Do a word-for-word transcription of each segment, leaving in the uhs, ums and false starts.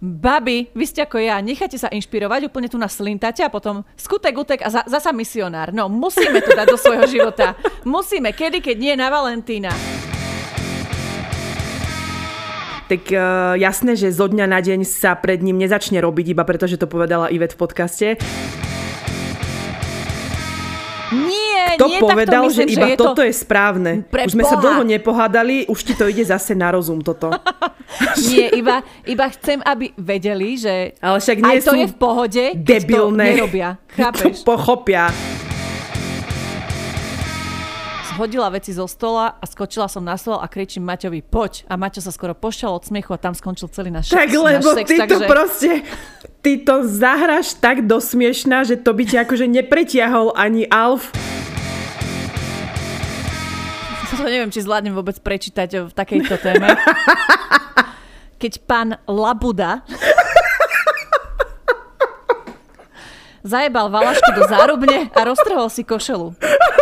babi, vy ste ako ja, nechajte sa inšpirovať, úplne tu nás slintáte a potom skutek, utek a za, zasa misionár. No, musíme to dať do svojho života. Musíme, kedy, keď nie na Valentína. Tak uh, jasné, že zo dňa na deň sa pred ním nezačne robiť, iba pretože to povedala Ivet v podcaste. Nie, Kto nie povedal, takto myslím, že iba že je toto to... je správne? Pre Už sme Boha. sa dlho nepohádali, už ti to ide zase na rozum toto. Nie, iba, iba chcem, aby vedeli, že ale však nie aj to sú je v pohode, keď debilné. to nerobia. Chápeš? To pochopia. Zhodila veci zo stola a skočila som na stôl a kričím Maťovi, poď. A Maťo sa skoro pošťal od smiechu a tam skončil celý náš tak, sex. lebo náš sex, ty takže... to proste, ty to zahraš tak dosmiešná, že to by ti akože nepretiahol ani Alf. To neviem, či zvládnem vôbec prečítať v takejto téme. Keď pán Labuda zajebal Valašku do zárubne a roztrhol si košelu.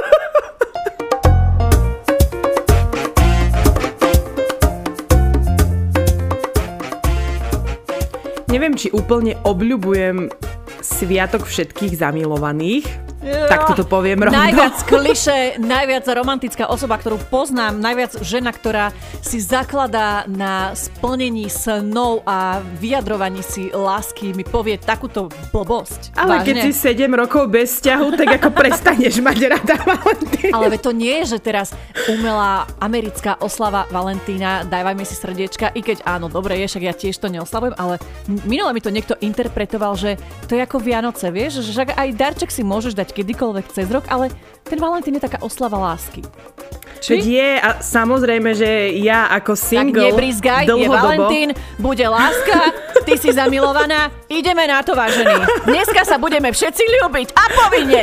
Neviem, či úplne obľubujem sviatok všetkých zamilovaných. Ja, tak toto poviem rovno. Najviac klišé, najviac romantická osoba, ktorú poznám, najviac žena, ktorá si zakladá na splnení snov a vyjadrovaní si lásky, mi povie takúto blbosť. Ale vážne. keď si sedem rokov bez vzťahu, tak ako prestaneš mať rada Valentína. Ale to nie je, že teraz umelá americká oslava Valentína, dávajme si srdiečka, i keď áno, dobre je, však ja tiež to neoslavujem, ale minule mi to niekto interpretoval, že to je ako Vianoce, vieš, že aj darček si môžeš dať kedykoľvek cez rok, ale ten Valentín je taká oslava lásky. Či? Veď je a samozrejme, že ja ako single tak nebrizgaj, je Valentín, bude láska, ty si zamilovaná, ideme na to, vážení. Dneska sa budeme všetci ľúbiť a povinne.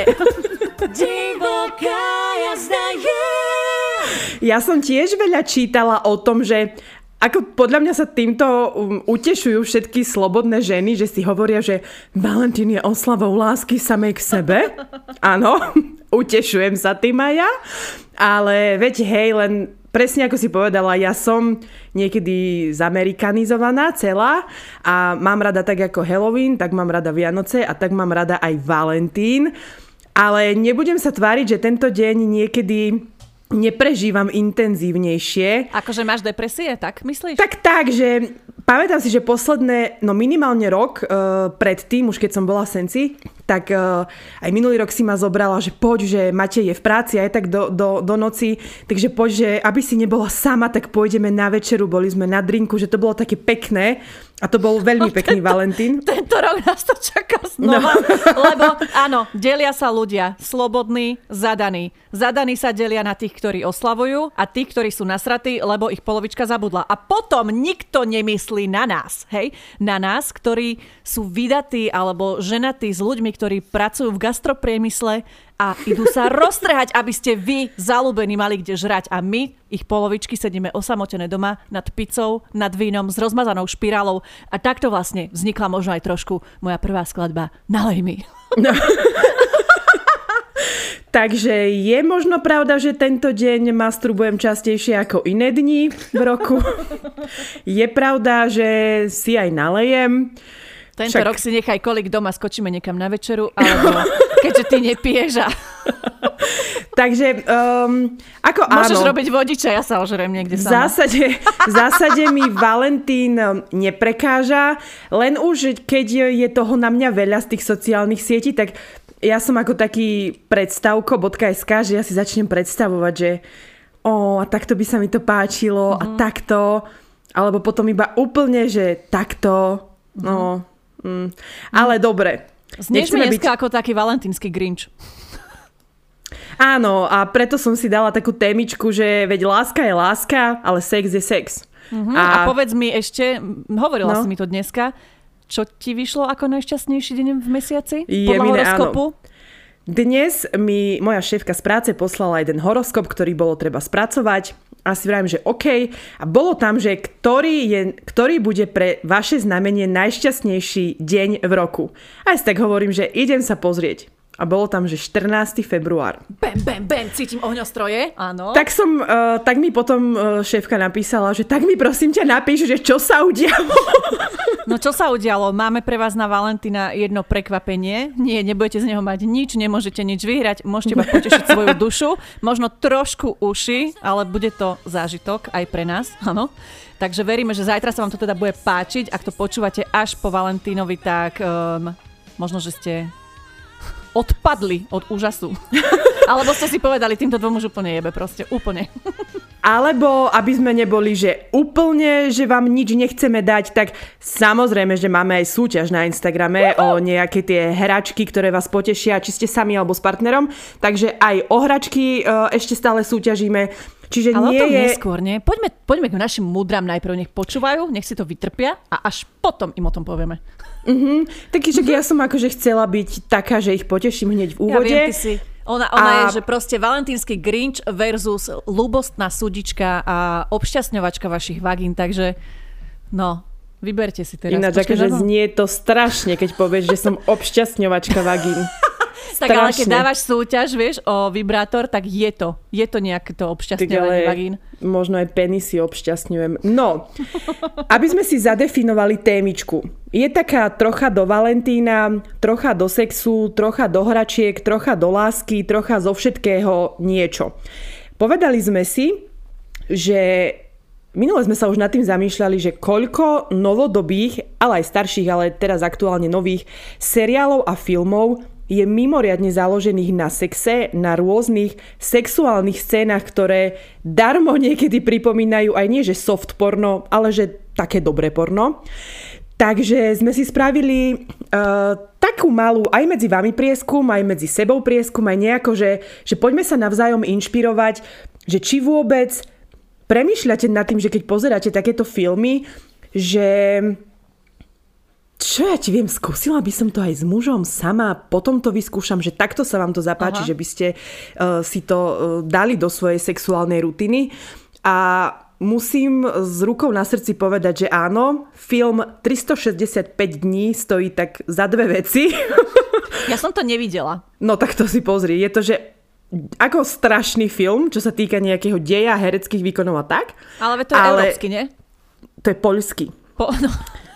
Divoká jazda je. Ja som tiež veľa čítala o tom, že ako podľa mňa sa týmto um, utešujú všetky slobodné ženy, že si hovoria, že Valentín je oslavou lásky samej k sebe. Áno, utešujem sa tým aj ja. Ale veď hej, len presne ako si povedala, ja som niekedy zamerikanizovaná celá a mám rada tak ako Halloween, tak mám rada Vianoce a tak mám rada aj Valentín. Ale nebudem sa tváriť, že tento deň niekedy neprežívam intenzívnejšie. Akože máš depresie, tak myslíš? Tak tak, že pamätám si, že posledné, no minimálne rok uh, predtým, už keď som bola v Senci, tak uh, aj minulý rok si ma zobrala, že poď, že Matej je v práci aj tak do, do, do noci, takže poď, že aby si nebola sama, tak pôjdeme na večeru, boli sme na drinku, že to bolo také pekné a to bol veľmi no, pekný tento, Valentín. Tento rok nás to čaká znova, no. Lebo áno, delia sa ľudia, slobodní, zadaní. Zadaní sa delia na tých, ktorí oslavujú a tých, ktorí sú nasratí, lebo ich polovička zabudla. A potom nikto nemyslí na nás, hej? Na nás, ktorí sú vydatí alebo ženatí s ľuďmi, ktorí pracujú v gastropriemysle a idú sa roztrhať, aby ste vy, zalúbení, mali kde žrať. A my, ich polovičky, sedíme osamotené doma nad pizzou, nad vínom, s rozmazanou špirálou. A takto vlastne vznikla možno aj trošku moja prvá skladba Nalej mi. No. Takže je možno pravda, že tento deň masturbujem častejšie ako iné dni v roku. Je pravda, že si aj nalejem. Tento Však... rok si nechaj kolik doma, skočíme niekam na večeru, alebo keďže ty nepiješ a... Takže, um, ako Môžeš áno. robiť vodiča, ja sa ožerem niekde v sama. zásade, v zásade mi Valentín neprekáža, len už keď je toho na mňa veľa z tých sociálnych sietí, tak ja som ako taký predstavko bodka es ká, že ja si začnem predstavovať, že o, a takto by sa mi to páčilo mm-hmm. a takto, alebo potom iba úplne, že takto, no... Mm. Ale dobre. Znieš mi dneska byť... ako taký valentínsky Grinch. Áno, a preto som si dala takú témičku, že veď láska je láska, ale sex je sex. Uh-huh. A... a povedz mi ešte, hovorila no. si mi to dneska, čo ti vyšlo ako najšťastnejší deň v mesiaci? Je podľa mi horoskopu? Áno. Dnes mi moja šéfka z práce poslala jeden horoskop, ktorý bolo treba spracovať. A si vravím, že OK. A bolo tam, že ktorý, je, ktorý bude pre vaše znamenie najšťastnejší deň v roku. A ja si tak hovorím, že idem sa pozrieť. a bolo tam, že štrnásteho február. Bam, bam, bam, cítim ohňostroje, áno. Tak som, uh, tak mi potom uh, šéfka napísala, že tak mi prosím ťa napíš, že čo sa udialo. No čo sa udialo? Máme pre vás na Valentína jedno prekvapenie. Nie, nebudete z neho mať nič, nemôžete nič vyhrať, môžete iba potešiť svoju dušu, možno trošku uši, ale bude to zážitok aj pre nás, áno. Takže veríme, že zajtra sa vám to teda bude páčiť. Ak to počúvate až po Valentínovi, tak um, možno, že ste odpadli od úžasu. Alebo ste si povedali, týmto dvom už úplne jebe, proste, úplne. Alebo, aby sme neboli, že úplne, že vám nič nechceme dať, tak samozrejme, že máme aj súťaž na Instagrame o nejaké tie hračky, ktoré vás potešia, či ste sami alebo s partnerom. Takže aj o hračky uh, ešte stále súťažíme. Čiže ale nie o tom je... neskôr, nie? Poďme, poďme k našim múdram najprv, nech počúvajú, nech si to vytrpia a až potom im o tom povieme. Mm-hmm. Takže mm-hmm. ja som akože chcela byť taká, že ich poteším hneď v úvode. Ja viem, ty si... Ona, ona a... je, že proste valentínsky Grinch versus ľúbostná súdička a obšťastňovačka vašich vagín, takže no, vyberte si teraz. Ináč, akože znie to strašne, keď povieš, že som obšťastňovačka vagín. Tak ale keď dávaš súťaž, vieš, o vibrátor, tak je to. Je to nejaké to obšťastňovanie vagín. Možno aj penisy obšťastňujem. No, aby sme si zadefinovali témičku. Je taká trocha do Valentína, trocha do sexu, trocha do hračiek, trocha do lásky, trocha zo všetkého niečo. Povedali sme si, že minule sme sa už nad tým zamýšľali, že koľko novodobých, ale aj starších, ale teraz aktuálne nových seriálov a filmov je mimoriadne založených na sexe, na rôznych sexuálnych scénach, ktoré darmo niekedy pripomínajú aj nie, že soft porno, ale že také dobré porno. Takže sme si spravili uh, takú malú aj medzi vami prieskum, aj medzi sebou prieskum, aj nejako, že, že poďme sa navzájom inšpirovať, že či vôbec premýšľate nad tým, že keď pozeráte takéto filmy, že... Čo ja ti viem, skúsila by som to aj s mužom sama, potom to vyskúšam, že takto sa vám to zapáči, Aha. že by ste uh, si to uh, dali do svojej sexuálnej rutiny. A musím s rukou na srdci povedať, že áno, film tristošesťdesiatpäť dní stojí tak za dve veci. Ja som to nevidela. No tak to si pozri, je to, že ako strašný film, čo sa týka nejakého deja, hereckých výkonov a tak. Ale to je ale... európsky, nie? To je poľský. Po... No.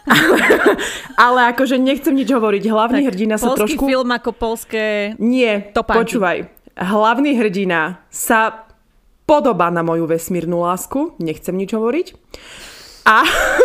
Ale akože nechcem nič hovoriť. Hlavný tak, hrdina sa trošku... Polský film ako polské Nie, topánky. Počúvaj. Hlavný hrdina sa podobá na moju vesmírnu lásku. Nechcem nič hovoriť. A...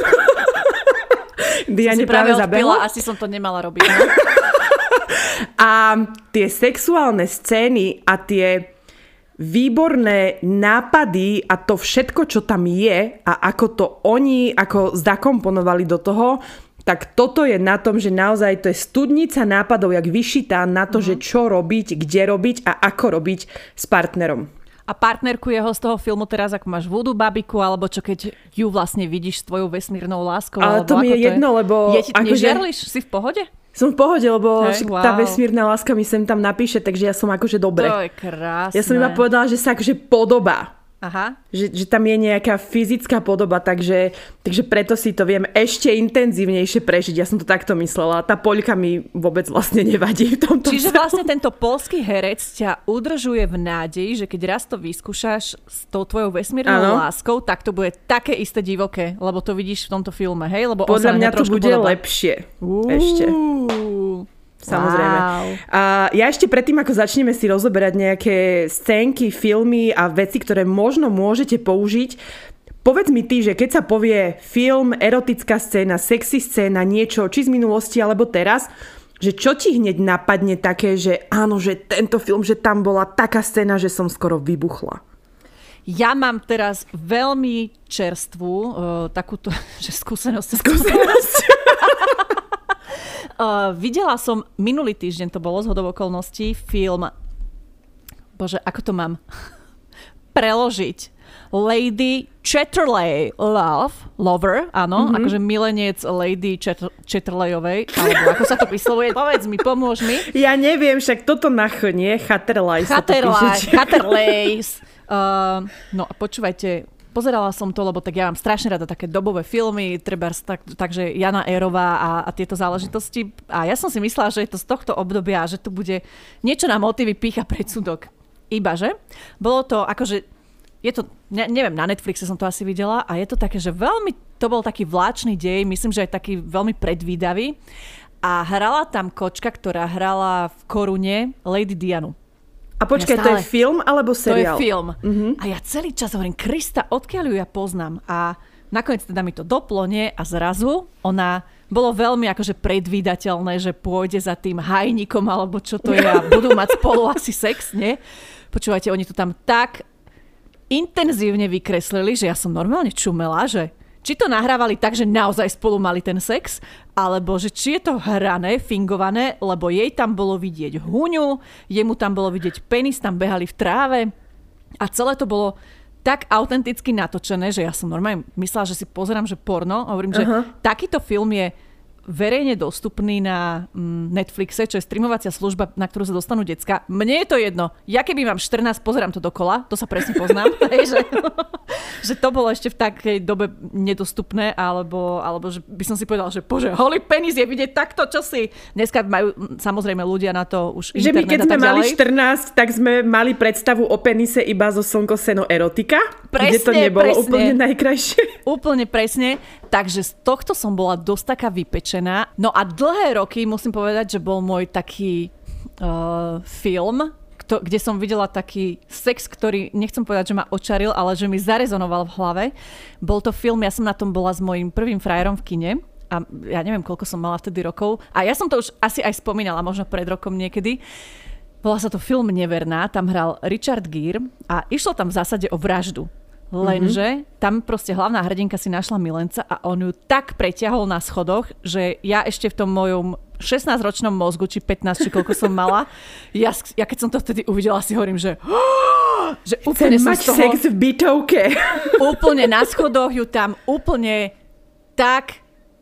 Diane práve zabehla. Asi som to nemala robiť. No? A tie sexuálne scény a tie výborné nápady a to všetko, čo tam je a ako to oni ako zakomponovali do toho, tak toto je na tom, že naozaj to je studnica nápadov, jak vyšitá na to, mm-hmm. že čo robiť, kde robiť a ako robiť s partnerom. A partnerku jeho z toho filmu teraz, ako máš voodoo babiku, alebo čo keď ju vlastne vidíš s tvojou vesmírnou láskou? Ale to mi je jedno, je... lebo... Je ti, nežiarliš? Si v pohode? Som v pohode, lebo hey, wow. tá vesmírna láska mi sem tam napíše, takže ja som akože dobre. To je krásne. Ja som iba povedala, že sa akože podobá. Aha. Že, že tam je nejaká fyzická podoba, takže, takže preto si to viem ešte intenzívnejšie prežiť. Ja som to takto myslela. Tá Poľka mi vôbec vlastne nevadí v tomto. Čiže celom. Vlastne tento poľský herec ťa udržuje v nádeji, že keď raz to vyskúšaš s tou tvojou vesmírnou ano. láskou, tak to bude také isté divoké, lebo to vidíš v tomto filme, hej? Lebo podľa mňa to bude podoba. lepšie. Uú. Ešte. Samozrejme. Wow. A ja ešte predtým, ako začneme si rozoberať nejaké scénky, filmy a veci, ktoré možno môžete použiť, povedz mi ty, že keď sa povie film, erotická scéna, sexy scéna, niečo, či z minulosti alebo teraz, že čo ti hneď napadne také, že áno, že tento film, že tam bola taká scéna, že som skoro vybuchla. Ja mám teraz veľmi čerstvú uh, takúto že skúsenosť. Skúsenosť. Uh, videla som minulý týždeň, to bolo zhodou okolností, film, bože, ako to mám preložiť? Lady Chatterley Love, Lover, áno, mm-hmm. akože milenec Lady Chatter- Chatterleyovej, alebo ako sa to vyslovuje, povedz mi, pomôž mi. Ja neviem, však toto na ch, nie? Chatterley. Chatterley, Chatterleys. Uh, no a počúvajte, pozerala som to, lebo tak ja mám strašne rada také dobové filmy, treba tak, takže Jana Érová a, a tieto záležitosti. A ja som si myslela, že je to z tohto obdobia, že tu bude niečo na motívy pýcha predsudok. Ibaže. Bolo to akože, je to, ne, neviem, na Netflixe som to asi videla a je to také, že veľmi, to bol taký vláčny dej, myslím, že aj taký veľmi predvídavý. A hrala tam kočka, ktorá hrala v Korune Lady Dianu. A počkaj, ja stále, to je film alebo seriál? To je film. Uh-huh. A ja celý čas hovorím, Krista, odkiaľ ju ja poznám? A nakoniec teda mi to doplo, nie? A zrazu ona, bolo veľmi akože predvídateľné, že pôjde za tým hajníkom, alebo čo to je, a budú mať spolu asi sex, nie? Počúvajte, oni to tam tak intenzívne vykreslili, že ja som normálne čumela, že či to nahrávali tak, že naozaj spolu mali ten sex, alebo že či je to hrané, fingované, lebo jej tam bolo vidieť huňu, jemu tam bolo vidieť penis, tam behali v tráve a celé to bolo tak autenticky natočené, že ja som normálne myslela, že si pozerám, že porno, a hovorím, že uh-huh. takýto film je verejne dostupný na Netflixe, čo je streamovacia služba, na ktorú sa dostanú decka. Mne je to jedno. Ja keby mám štrnásť, pozerám to dokola, to sa presne poznám. že, že to bolo ešte v takej dobe nedostupné, alebo, alebo že by som si povedala, že bože, holý penis je vidieť takto, čo si. Dneska majú samozrejme ľudia na to už že internet. Že my keď sme mali štrnásť, tak sme mali predstavu o penise iba zo Slnko, seno, erotika. Presne, kde to nebolo presne. Úplne najkrajšie. Úplne presne. Takže z tohto som bola dosť taká vypečená. No a dlhé roky musím povedať, že bol môj taký uh, film, kto, kde som videla taký sex, ktorý, nechcem povedať, že ma očaril, ale že mi zarezonoval v hlave. Bol to film, ja som na tom bola s mojím prvým frajerom v kine. A ja neviem, koľko som mala vtedy rokov. A ja som to už asi aj spomínala, možno pred rokom niekedy. Volá sa to film Neverná, tam hral Richard Gere a išlo tam v zásade o vraždu. Lenže mm-hmm. tam proste hlavná hrdinka si našla milenca a on ju tak preťahol na schodoch, že ja ešte v tom mojom šestnásťročnom mozgu, či pätnásť, či koľko som mala, ja, ja keď som to vtedy uvidela, si hovorím, že, že úplne chcem som mať z toho, sex v bytovke. Úplne na schodoch ju tam úplne tak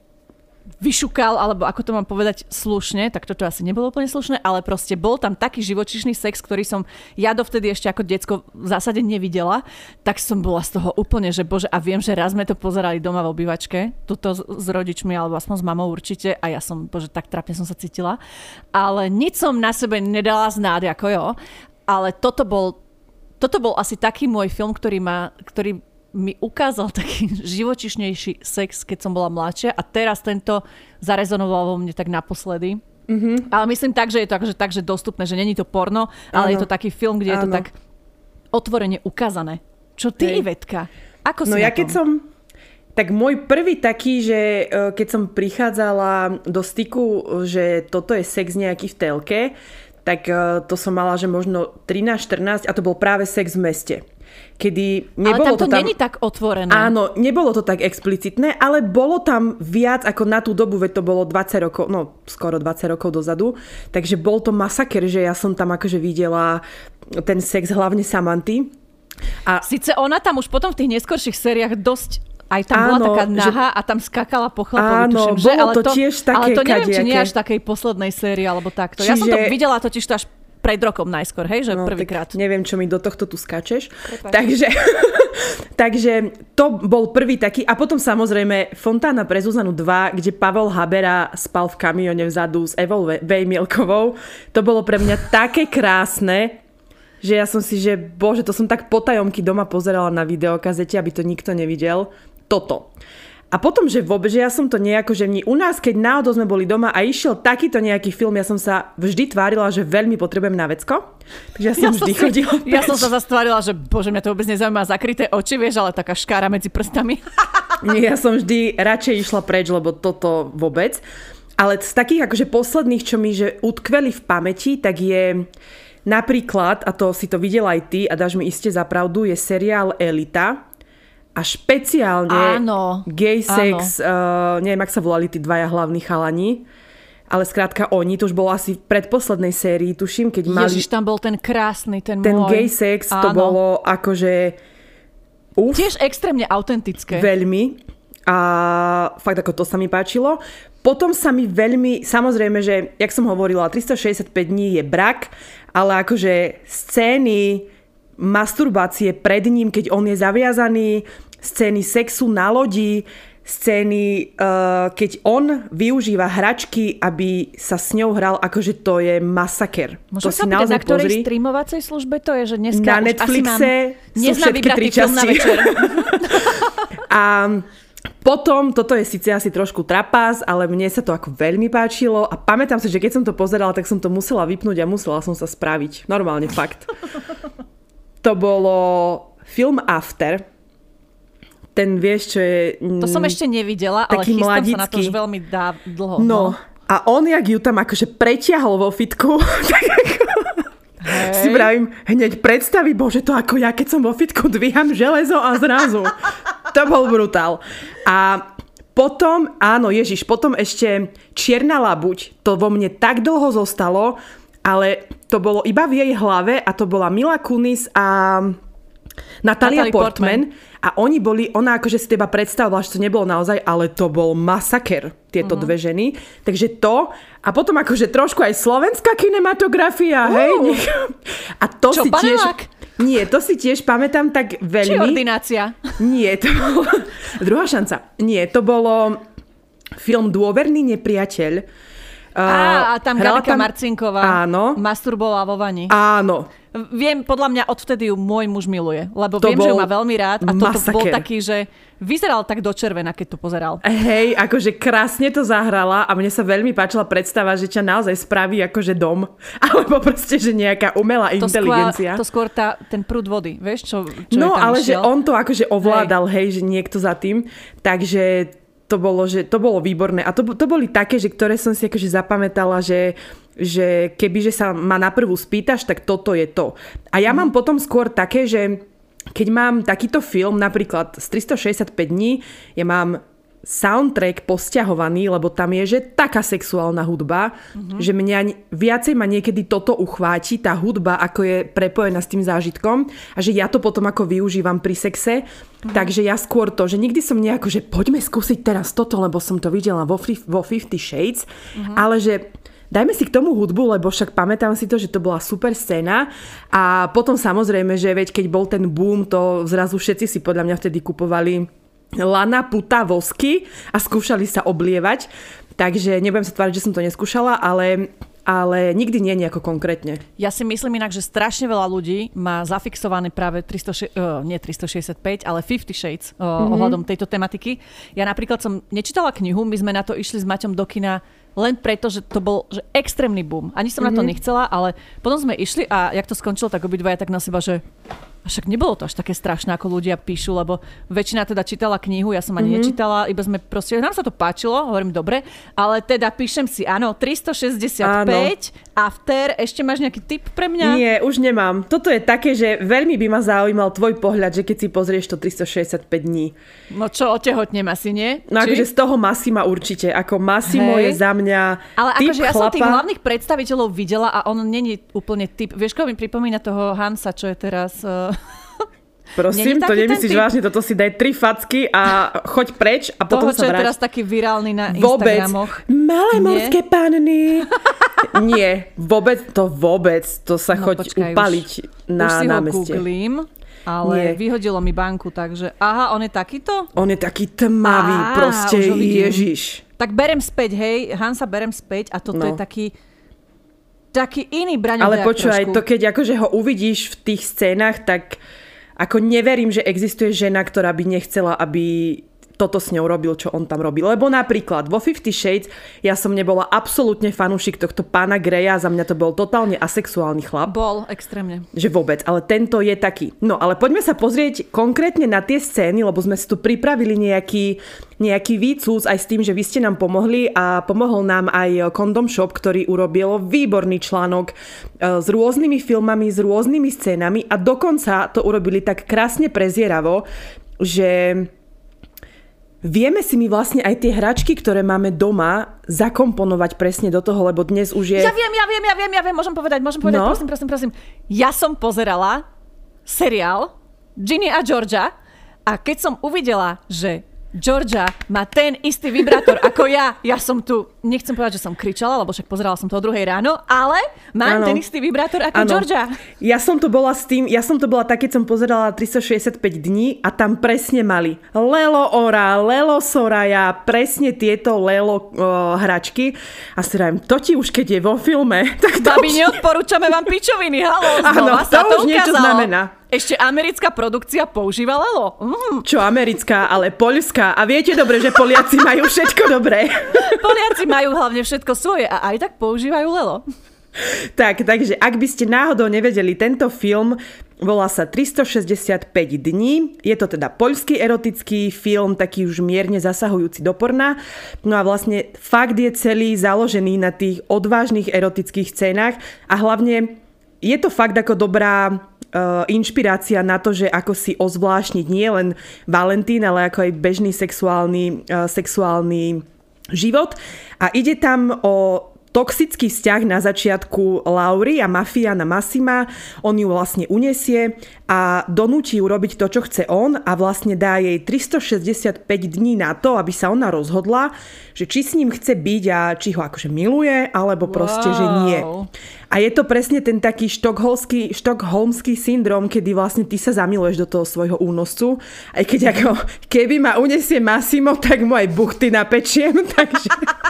vyšukal, alebo ako to mám povedať slušne, tak toto asi nebolo úplne slušné, ale proste bol tam taký živočíšny sex, ktorý som ja dovtedy ešte ako decko v zásade nevidela, tak som bola z toho úplne, že bože, a viem, že raz sme to pozerali doma v obývačke, tuto s, s rodičmi, alebo aspoň s mamou určite, a ja som, bože, tak trápne som sa cítila, ale nič som na sebe nedala znáť, ako jo, ale toto bol, toto bol asi taký môj film, ktorý ma, ktorý mi ukázal taký živočišnejší sex, keď som bola mladšia, a teraz tento zarezonoval vo mne tak naposledy. Mm-hmm. Ale myslím tak, že je to akože tak, že dostupné, že není to porno, ale áno. Je to taký film, kde áno. Je to tak otvorene ukázané. Čo ty, Hej. Ivetka? Ako si no na ja tom? keď som... Tak môj prvý taký, že keď som prichádzala do styku, že toto je sex nejaký v telke, tak to som mala, že možno trinásť štrnásť, a to bol práve sex v meste. Kedy nebolo ale tam to, to tam... není tak otvorené. Áno, nebolo to tak explicitné, ale bolo tam viac ako na tú dobu, veď to bolo dvadsať rokov, no skoro dvadsať rokov dozadu, takže bol to masaker, že ja som tam akože videla ten sex, hlavne Samanty. A... Sice ona tam už potom v tých neskorších sériách dosť aj tam áno, bola taká nahá že... a tam skakala po chlapovi, tuším, že? Bolo ale to tiež také ale to neviem, kadejaké. Či nie až takej poslednej sérii, alebo takto. Čiže... Ja som to videla totiž to až pred rokom najskôr, hej, že no, prvýkrát. Neviem, čo mi do tohto tu skačeš. Takže, takže to bol prvý taký. A potom samozrejme Fontána pre Zuzanu dva, kde Pavel Habera spal v kamióne vzadu s Evou Vejmielkovou. To bolo pre mňa také krásne, že ja som si, že bože, to som tak potajomky doma pozerala na videokazete, aby to nikto nevidel. Toto. A potom, že vôbec, že ja som to nejako, že u nás, keď náhodou sme boli doma a išiel takýto nejaký film, ja som sa vždy tvárila, že veľmi potrebujem na vecko. Takže ja som ja vždy som si, chodila preč. Ja som sa zastvárila, že bože, mňa to vôbec nezaujíma, zakryté oči, vieš, ale taká škára medzi prstami. Nie, ja som vždy radšej išla preč, lebo toto vôbec. Ale z takých akože posledných, čo mi že utkveli v pamäti, tak je napríklad, a to si to videla aj ty a dáš mi iste za pravdu, je seriál Elita. A špeciálne áno, gay sex, uh, neviem, ak sa volali tí dvaja hlavní chalani, ale skrátka oni, to už bolo asi v predposlednej sérii, tuším, keď mali... Ježiš, tam bol ten krásny, ten, ten môj. Ten gay sex, áno. To bolo akože... Uf, tiež extrémne autentické. Veľmi. A fakt ako to sa mi páčilo. Potom sa mi veľmi, samozrejme, že, jak som hovorila, tristošesťdesiatpäť dní je brak, ale akože scény masturbácie pred ním, keď on je zaviazaný, scény sexu na lodi, scény, uh, keď on využíva hračky, aby sa s ňou hral, akože to je masaker. Môžem to sa pýtať, na ktorej pozri. streamovacej službe to je, že dneska na už Netflixe asi mám, sú všetky tri časti. A potom, toto je síce asi trošku trapás, ale mne sa to ako veľmi páčilo a pamätám si, že keď som to pozerala, tak som to musela vypnúť a musela som sa spraviť. Normálne, fakt. To bolo film After. Ten vieš, čo je... To som ešte nevidela, ale chystám mladický. Sa na to už veľmi dá, dlho. No, no, a on, jak ju tam akože preťahol vo fitku, tak ako... Hej. Si pravím, hneď predstaví, bože, to ako ja, keď som vo fitku dvíham železo a zrazu. To bol brutál. A potom, áno, Ježiš, potom ešte Čierna labuť, to vo mne tak dlho zostalo, ale to bolo iba v jej hlave a to bola Mila Kunis a Natalia Portman. Portman. A oni boli, ona akože si teba predstavovala, že to nebolo naozaj, ale to bol masaker, tieto mm-hmm. dve ženy. Takže to, a potom akože trošku aj slovenská kinematografia, uh. hej. A to Čo, si panelák? tiež... Nie, to si tiež pamätám tak veľmi. Či ordinácia? Nie, to bolo... Druhá šanca. Nie, to bolo film Dôverný nepriateľ. Á, a tam Gabika tam... Marcinková Áno. masturbovala vo vani. Áno. Viem, podľa mňa odvtedy ju môj muž miluje, lebo to viem, že ju má veľmi rád a toto masaker. Bol taký, že vyzeral tak do červena, keď to pozeral. Hej, akože krásne to zahrala a mne sa veľmi páčila predstava, že ťa naozaj spraví akože dom, alebo proste, že nejaká umelá to inteligencia. Skôr, to skôr tá, ten prúd vody, vieš, čo, čo No, je tam ale išiel? že on to akože ovládal, hej, hej že niekto za tým, takže to bolo, že to bolo výborné. A to, to boli také, že ktoré som si akože zapamätala, že že kebyže sa ma na prvú spýtaš, tak toto je to. A ja mm. mám potom skôr také, že keď mám takýto film, napríklad z tristošesťdesiatpäť dní, ja mám soundtrack posťahovaný, lebo tam je, že taká sexuálna hudba, mm-hmm. že mňa viacej ma niekedy toto uchváti, tá hudba, ako je prepojená s tým zážitkom a že ja to potom ako využívam pri sexe. Mm-hmm. Takže ja skôr to, že nikdy som nejako, že poďme skúsiť teraz toto, lebo som to videla vo, vo Fifty Shades, mm-hmm. ale že dajme si k tomu hudbu, lebo však pamätám si to, že to bola super scéna a potom samozrejme, že veď keď bol ten boom, to zrazu všetci si podľa mňa vtedy kupovali lana, puta, vosky a skúšali sa oblievať, takže nebudem sa tváriť, že som to neskúšala, ale... ale nikdy nie nejako konkrétne. Ja si myslím inak, že strašne veľa ľudí má zafixované práve tristo, uh, nie tristošesťdesiatpäť, ale Fifty Shades uh, mm-hmm. ohľadom tejto tematiky. Ja napríklad som nečítala knihu, my sme na to išli s Maťom do kina len preto, že to bol že extrémny boom. Ani som mm-hmm. na to nechcela, ale potom sme išli a jak to skončilo, tak obidvaja tak na seba, že a však nebolo to až také strašné, ako ľudia píšu, lebo väčšina teda čítala knihu, ja som ani mm-hmm. nečítala, iba sme proste, nám sa to páčilo, hovorím dobre, ale teda píšem si, áno, tristošesťdesiatpäť, áno. After, ešte máš nejaký tip pre mňa? Nie, už nemám. Toto je také, že veľmi by ma zaujímal tvoj pohľad, že keď si pozrieš to tristošesťdesiatpäť dní. No čo, otehotnem asi, nie? No akože z toho Massima určite, ako Massimo Hej. je za mňa ale typ akože ja chlapa. som tých hlavných predstaviteľov videla a on není úplne typ. Vieš, koho mi pripomína toho Hansa, čo je teraz... Uh... Prosím, to nemyslíš vážne, toto si daj tri facky a choď preč a potom toho, sa vráť. Toho, čo je teraz taký virálny na vôbec. Instagramoch. Malé morské panny. Nie, vôbec, to vôbec. To sa no, choď počkaj, upaliť už, na už námestie. Už si ho googlím, ale Nie. vyhodilo mi banku, takže aha, on je takýto? On je taký tmavý, Á, proste Ježiš. Tak berem späť, hej, Hansa berem späť a toto no. je taký taký iný Braňo. Ale počúvaj, to keď akože ho uvidíš v tých scénach, tak ako neverím, že existuje žena, ktorá by nechcela, aby toto s ňou robil, čo on tam robil. Lebo napríklad vo Fifty Shades ja som nebola absolútne fanúšik tohto pána Greya, za mňa to bol totálne asexuálny chlap. Bol, extrémne. Že vôbec, ale tento je taký. No, ale poďme sa pozrieť konkrétne na tie scény, lebo sme si tu pripravili nejaký, nejaký výcúc aj s tým, že vy ste nám pomohli a pomohol nám aj Condom Shop, ktorý urobil výborný článok s rôznymi filmami, s rôznymi scénami a dokonca to urobili tak krásne prezieravo, že vieme si my vlastne aj tie hračky, ktoré máme doma, zakomponovať presne do toho, lebo dnes už je... Ja viem, ja viem, ja viem, ja viem, môžem povedať, môžem povedať, no? prosím, prosím, prosím. Ja som pozerala seriál Ginny a Georgia a keď som uvidela, že Georgia má ten istý vibrátor ako ja. Ja som tu, nechcem povedať, že som kričala, lebo však pozerala som to o druhej ráno, ale mám ano. ten istý vibrátor ako ano. Georgia. Ja som to bola s tým, ja som to bola tak, keď som pozerala tristošesťdesiatpäť dní a tam presne mali Lelo Ora, Lelo Soraya, presne tieto Lelo uh, hračky. A si rájem, to ti už keď je vo filme, tak to Babi, už... neodporúčame vám pičoviny, halo, Áno, znova sa to to už niečo ukázalo. znamená. Ešte americká produkcia používa Lelo. Mm. Čo americká, ale poľská. A viete dobre, že Poliaci majú všetko dobré. Poliaci majú hlavne všetko svoje a aj tak používajú Lelo. Tak, takže ak by ste náhodou nevedeli, tento film volá sa tristošesťdesiatpäť dní. Je to teda poľský erotický film, taký už mierne zasahujúci do porna. No a vlastne fakt je celý založený na tých odvážnych erotických scénach a hlavne je to fakt ako dobrá uh, inšpirácia na to, že ako si ozvláštniť nie len Valentín, ale ako aj bežný sexuálny, uh, sexuálny život. A ide tam o toxický vzťah na začiatku Laury a mafiána Massima. On ju vlastne unesie a donúti ju robiť to, čo chce on a vlastne dá jej tristošesťdesiatpäť dní na to, aby sa ona rozhodla, že či s ním chce byť a či ho akože miluje, alebo proste, wow. že nie. A je to presne ten taký štokholmský, štokholmský syndrom, kedy vlastne ty sa zamiluješ do toho svojho únoscu. Aj keď ako, keby ma unesie Massimo, tak mu aj buchty napečiem, takže...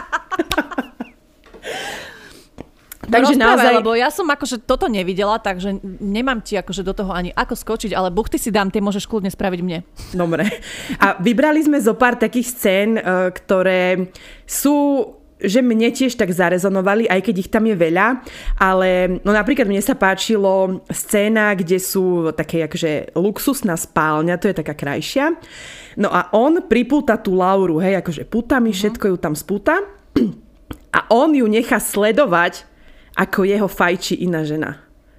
Takže naozaj... lebo ja som akože toto nevidela, takže nemám ti akože do toho ani ako skočiť, ale buchty si dám, tie môžeš kľudne spraviť mne. Dobre. A vybrali sme zo pár takých scén, ktoré sú, že mne tiež tak zarezonovali, aj keď ich tam je veľa, ale no napríklad mne sa páčilo scéna, kde sú také akože luxusná spálňa, to je taká krajšia. No a on pripúta tú Lauru, hej, akože púta mi, všetko ju tam spúta a on ju nechá sledovať, ako jeho fajčí iná žena.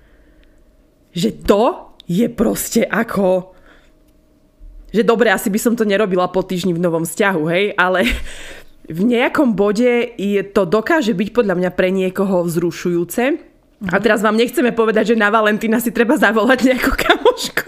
Že to je proste ako... Že dobre, asi by som to nerobila po týždni v novom vzťahu, hej, ale v nejakom bode je, to dokáže byť podľa mňa pre niekoho vzrušujúce. Mhm. A teraz vám nechceme povedať, že na Valentína si treba zavolať nejakú kamošku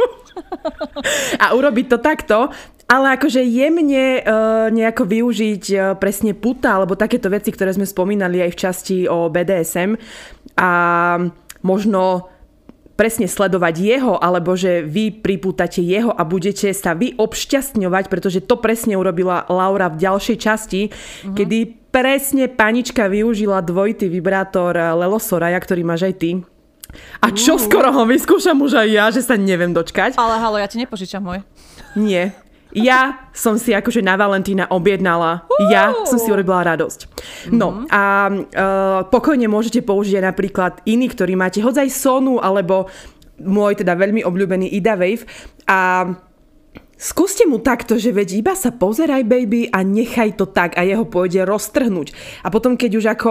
a urobiť to takto, ale akože jemne uh, nejako využiť uh, presne puta alebo takéto veci, ktoré sme spomínali aj v časti o bé dé es em a možno presne sledovať jeho, alebo že vy pripútate jeho a budete sa vy obšťastňovať, pretože to presne urobila Laura v ďalšej časti, mm-hmm. kedy presne panička využila dvojitý vibrátor Lelo Soraya, ktorý máš aj ty. A čo uh. skoro ho vyskúšam už aj ja, že sa neviem dočkať. Ale halo, ja ti nepožičam môj. Nie. Ja som si akože na Valentína objednala. Uh. Ja som si urobila radosť. No mm-hmm. a uh, pokojne môžete použiť napríklad iný, ktorý máte, hodzaj Sonu, alebo môj teda veľmi obľúbený Ida Wave. A skúste mu takto, že veď iba sa pozeraj, baby, a nechaj to tak a jeho pôjde roztrhnúť. A potom, keď už ako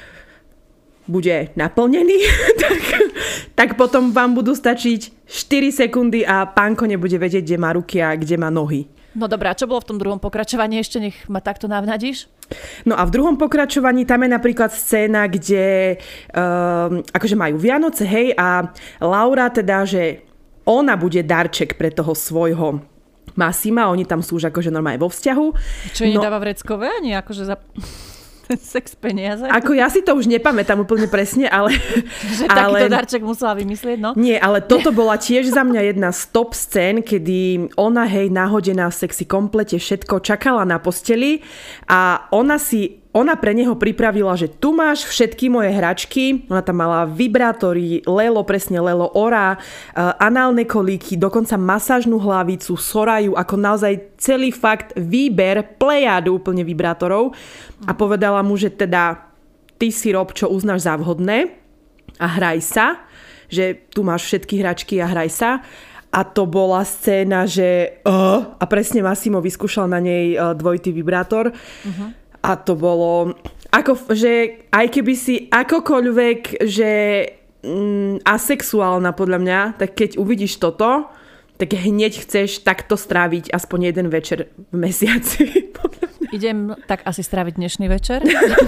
bude naplnený, tak, tak potom vám budú stačiť štyri sekundy a pánko nebude vedieť, kde má ruky a kde má nohy. No dobré, a čo bolo v tom druhom pokračovaní? Ešte nech ma takto navnadíš? No a v druhom pokračovaní tam je napríklad scéna, kde um, akože majú Vianoce, hej, a Laura teda, že ona bude darček pre toho svojho Massima, oni tam sú už akože normálne vo vzťahu. Čo jej no, nedáva vreckové? Ani akože za... sex peniaze. Ako ja si to už nepamätám úplne presne, ale... Že ale, takýto darček musela vymyslieť, no? Nie, ale toto bola tiež za mňa jedna z top scén, kedy ona, hej, nahodená v sexy komplete, všetko čakala na posteli a ona si... Ona pre neho pripravila, že tu máš všetky moje hračky. Ona tam mala vibrátory, Lelo, presne Lelo Ora, análne kolíky, dokonca masážnu hlavicu, Soraju, ako naozaj celý fakt výber, plejádu úplne vibrátorov. A povedala mu, že teda ty si rob, čo uznáš za vhodné a hraj sa, že tu máš všetky hračky a hraj sa. A to bola scéna, že uh, a presne Massimo vyskúšal na nej uh, dvojitý vibrátor. Uh-huh. A to bolo, ako, že aj keby si akokoľvek, že mm, asexuálna podľa mňa, tak keď uvidíš toto, tak hneď chceš takto stráviť aspoň jeden večer v mesiaci. Idem tak asi stráviť dnešný večer.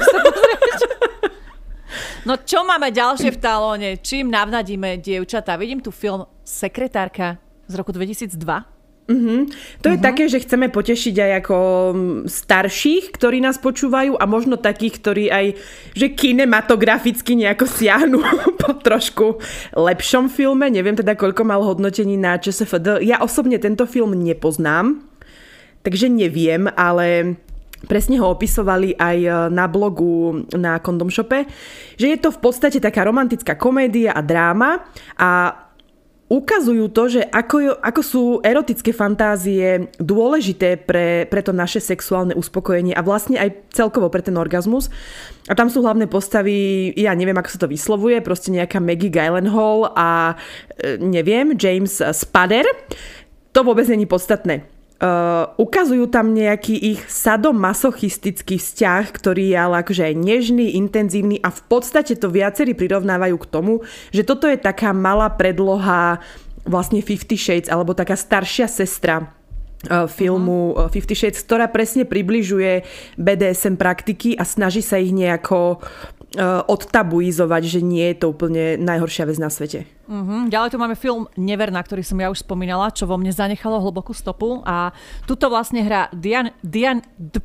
No čo máme ďalšie v talóne? Čím navnadíme dievčatá? Vidím tu film Sekretárka z roku dvetisícdva. Mm-hmm. To je uh-huh. také, že chceme potešiť aj ako starších, ktorí nás počúvajú a možno takých, ktorí aj že kinematograficky nejako siahnu po trošku lepšom filme. Neviem teda, koľko mal hodnotení na ČSFD. Ja osobne tento film nepoznám, takže neviem, ale presne ho opisovali aj na blogu na Condom Shope, že je to v podstate taká romantická komédia a dráma a ukazujú to, že ako, ako sú erotické fantázie dôležité pre, pre to naše sexuálne uspokojenie a vlastne aj celkovo pre ten orgazmus. A tam sú hlavné postavy, ja neviem, ako sa to vyslovuje, proste nejaká Maggie Gyllenhaal a neviem, James Spader. To vôbec není podstatné. Uh, ukazujú tam nejaký ich sadomasochistický vzťah, ktorý je ale akože aj nežný, intenzívny a v podstate to viacerí prirovnávajú k tomu, že toto je taká malá predloha vlastne Fifty Shades alebo taká staršia sestra uh, filmu uh, Fifty Shades, ktorá presne približuje bé dé es em praktiky a snaží sa ich nejako uh, odtabuizovať, že nie je to úplne najhoršia vec na svete. Uh-huh. Ďalej tu máme film Neverná, ktorý som ja už spomínala, čo vo mne zanechalo hlbokú stopu a tuto vlastne hrá Diane... Diane...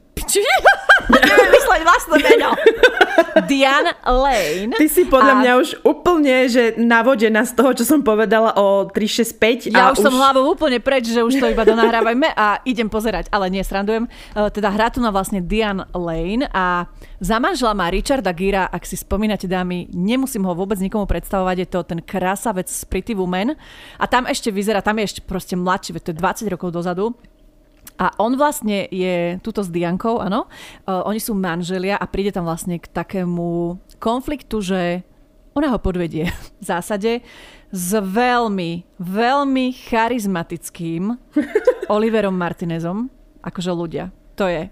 Neviem mysleť vlastné meno. Diane Lane. Ty si podľa a... mňa už úplne že navodená z toho, čo som povedala o tri šesť päť. Ja a už som hlavou úplne preč, že už to iba donahrávajme a idem pozerať, ale nie, srandujem. Teda hrá tu na vlastne Diane Lane a za manžela má Richarda Gera, ak si spomínate, dámy, nemusím ho vôbec nikomu predstavovať, je to ten krásavec z Pretty Woman a tam ešte vyzerá, tam je ešte proste mladší, to je dvadsať rokov dozadu. A on vlastne je tuto s Diankou, áno. Uh, oni sú manželia a príde tam vlastne k takému konfliktu, že ona ho podvedie v zásade s veľmi, veľmi charizmatickým Oliverom Martinezom. Akože ľudia. To je...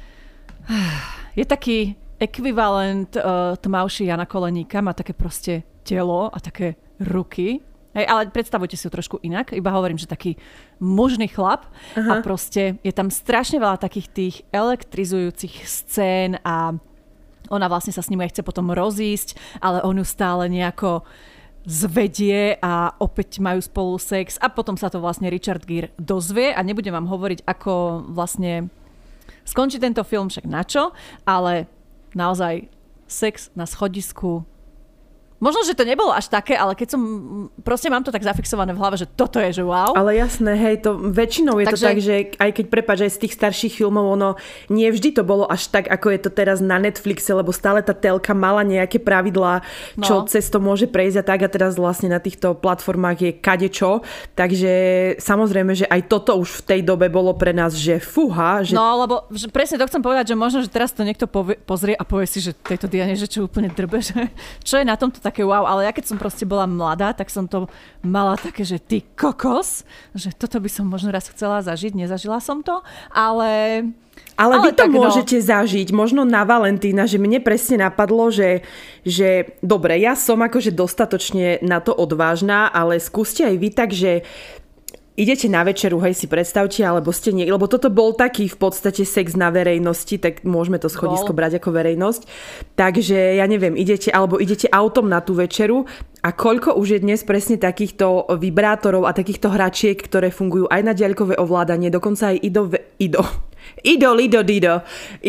Je taký ekvivalent uh, tmavší Jana Koleníka. Má také proste telo a také ruky. Hej, ale predstavujte si ho trošku inak. Iba hovorím, že taký mužný chlap. Aha. A proste je tam strašne veľa takých tých elektrizujúcich scén a ona vlastne sa s ním aj chce potom rozísť, ale on ju stále nejako zvedie a opäť majú spolu sex a potom sa to vlastne Richard Gere dozvie a nebudem vám hovoriť, ako vlastne skončí tento film, však na čo, ale naozaj sex na schodisku. Možno, že to nebolo až také, ale keď som, proste mám to tak zafixované v hlave, že toto je, že wow. Ale jasné, hej, to väčšinou je Takže... to tak, že aj keď prepáč, aj z tých starších filmov, ono nie vždy to bolo až tak, ako je to teraz na Netflixe, lebo stále tá telka mala nejaké pravidlá, čo no. cez to môže prejsť a tak a teraz vlastne na týchto platformách je kadečo. Takže samozrejme, že aj toto už v tej dobe bolo pre nás, že fúha. Že... No, lebo že presne to chcem povedať, že možno, že teraz to niekto povie, pozrie a povie si, že tejto Diane, že čo úplne drbe, že čo je na tomto také wow, ale ja keď som proste bola mladá, tak som to mala také, že ty kokos, že toto by som možno raz chcela zažiť, nezažila som to, ale... Ale, ale vy to môžete no. zažiť, možno na Valentína, že mne presne napadlo, že, že dobre, ja som akože dostatočne na to odvážna, ale skúste aj vy tak, že idete na večeru, hej, si predstavte, alebo ste nie, lebo toto bol taký v podstate sex na verejnosti, tak môžeme to schodisko bol. brať ako verejnosť. Takže ja neviem, idete, alebo idete autom na tú večeru a koľko už je dnes presne takýchto vibrátorov a takýchto hračiek, ktoré fungujú aj na diaľkové ovládanie, dokonca aj Ido... Ido. Ido, Lido, Dido.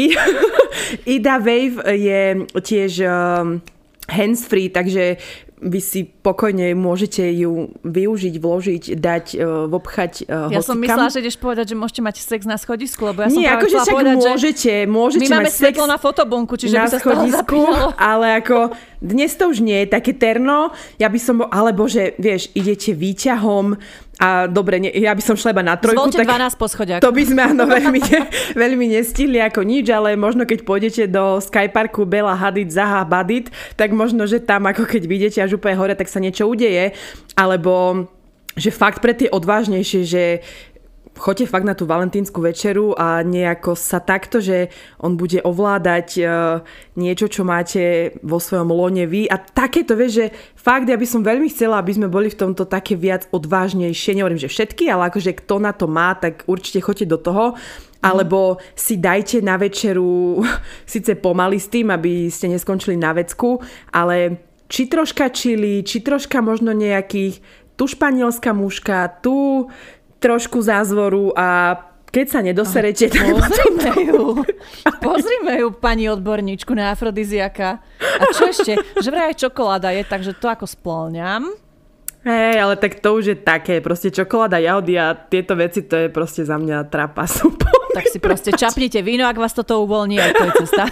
Ida Wave je tiež um, hands-free, takže vy si pokojne môžete ju využiť, vložiť, dať, uh, vopchať uh, hocikam. Ja som myslela, že ideš povedať, že môžete mať sex na schodisku, lebo ja som Nie, akože však povedať, môžete, môžete my máme svetlo na fotobunku, čiže na by sa schodisku, ale ako dnes to už nie je také terno, ja by som, alebo že vieš, idete výťahom a dobre, ne, ja by som šla iba na trojku. Zvolte tak dvanásť poschoďák. To by sme áno veľmi, veľmi nestihli ako nič, ale možno keď pôjdete do Skyparku Bela Hadid, Zaha Badit, tak možno, že tam ako keď vidíte až úplne hore, tak sa niečo udeje. Alebo že fakt pre tie odvážnejšie, že choďte fakt na tú valentínsku večeru a nejako sa takto, že on bude ovládať uh, niečo, čo máte vo svojom lone vy. A takéto, vieš, že fakt ja by som veľmi chcela, aby sme boli v tomto také viac odvážnejšie. Nehovorím, že všetky, ale akože kto na to má, tak určite choďte do toho. Alebo si dajte na večeru, síce pomaly s tým, aby ste neskončili na vecku, ale či troška čili, či troška možno nejakých, tu španielská muška, tu trošku zázvoru a keď sa nedoserete... Oh, pozrime ju. Pozrime ju, pani odborníčku na afrodiziaka. A čo ešte? Že vraj čokoláda je, takže to ako spĺňam. Hej, ale tak to už je také. Proste čokoláda, jahody a tieto veci, to je proste za mňa trapas. Tak si proste čapnite víno, ak vás toto uvoľní, aj to je cesta.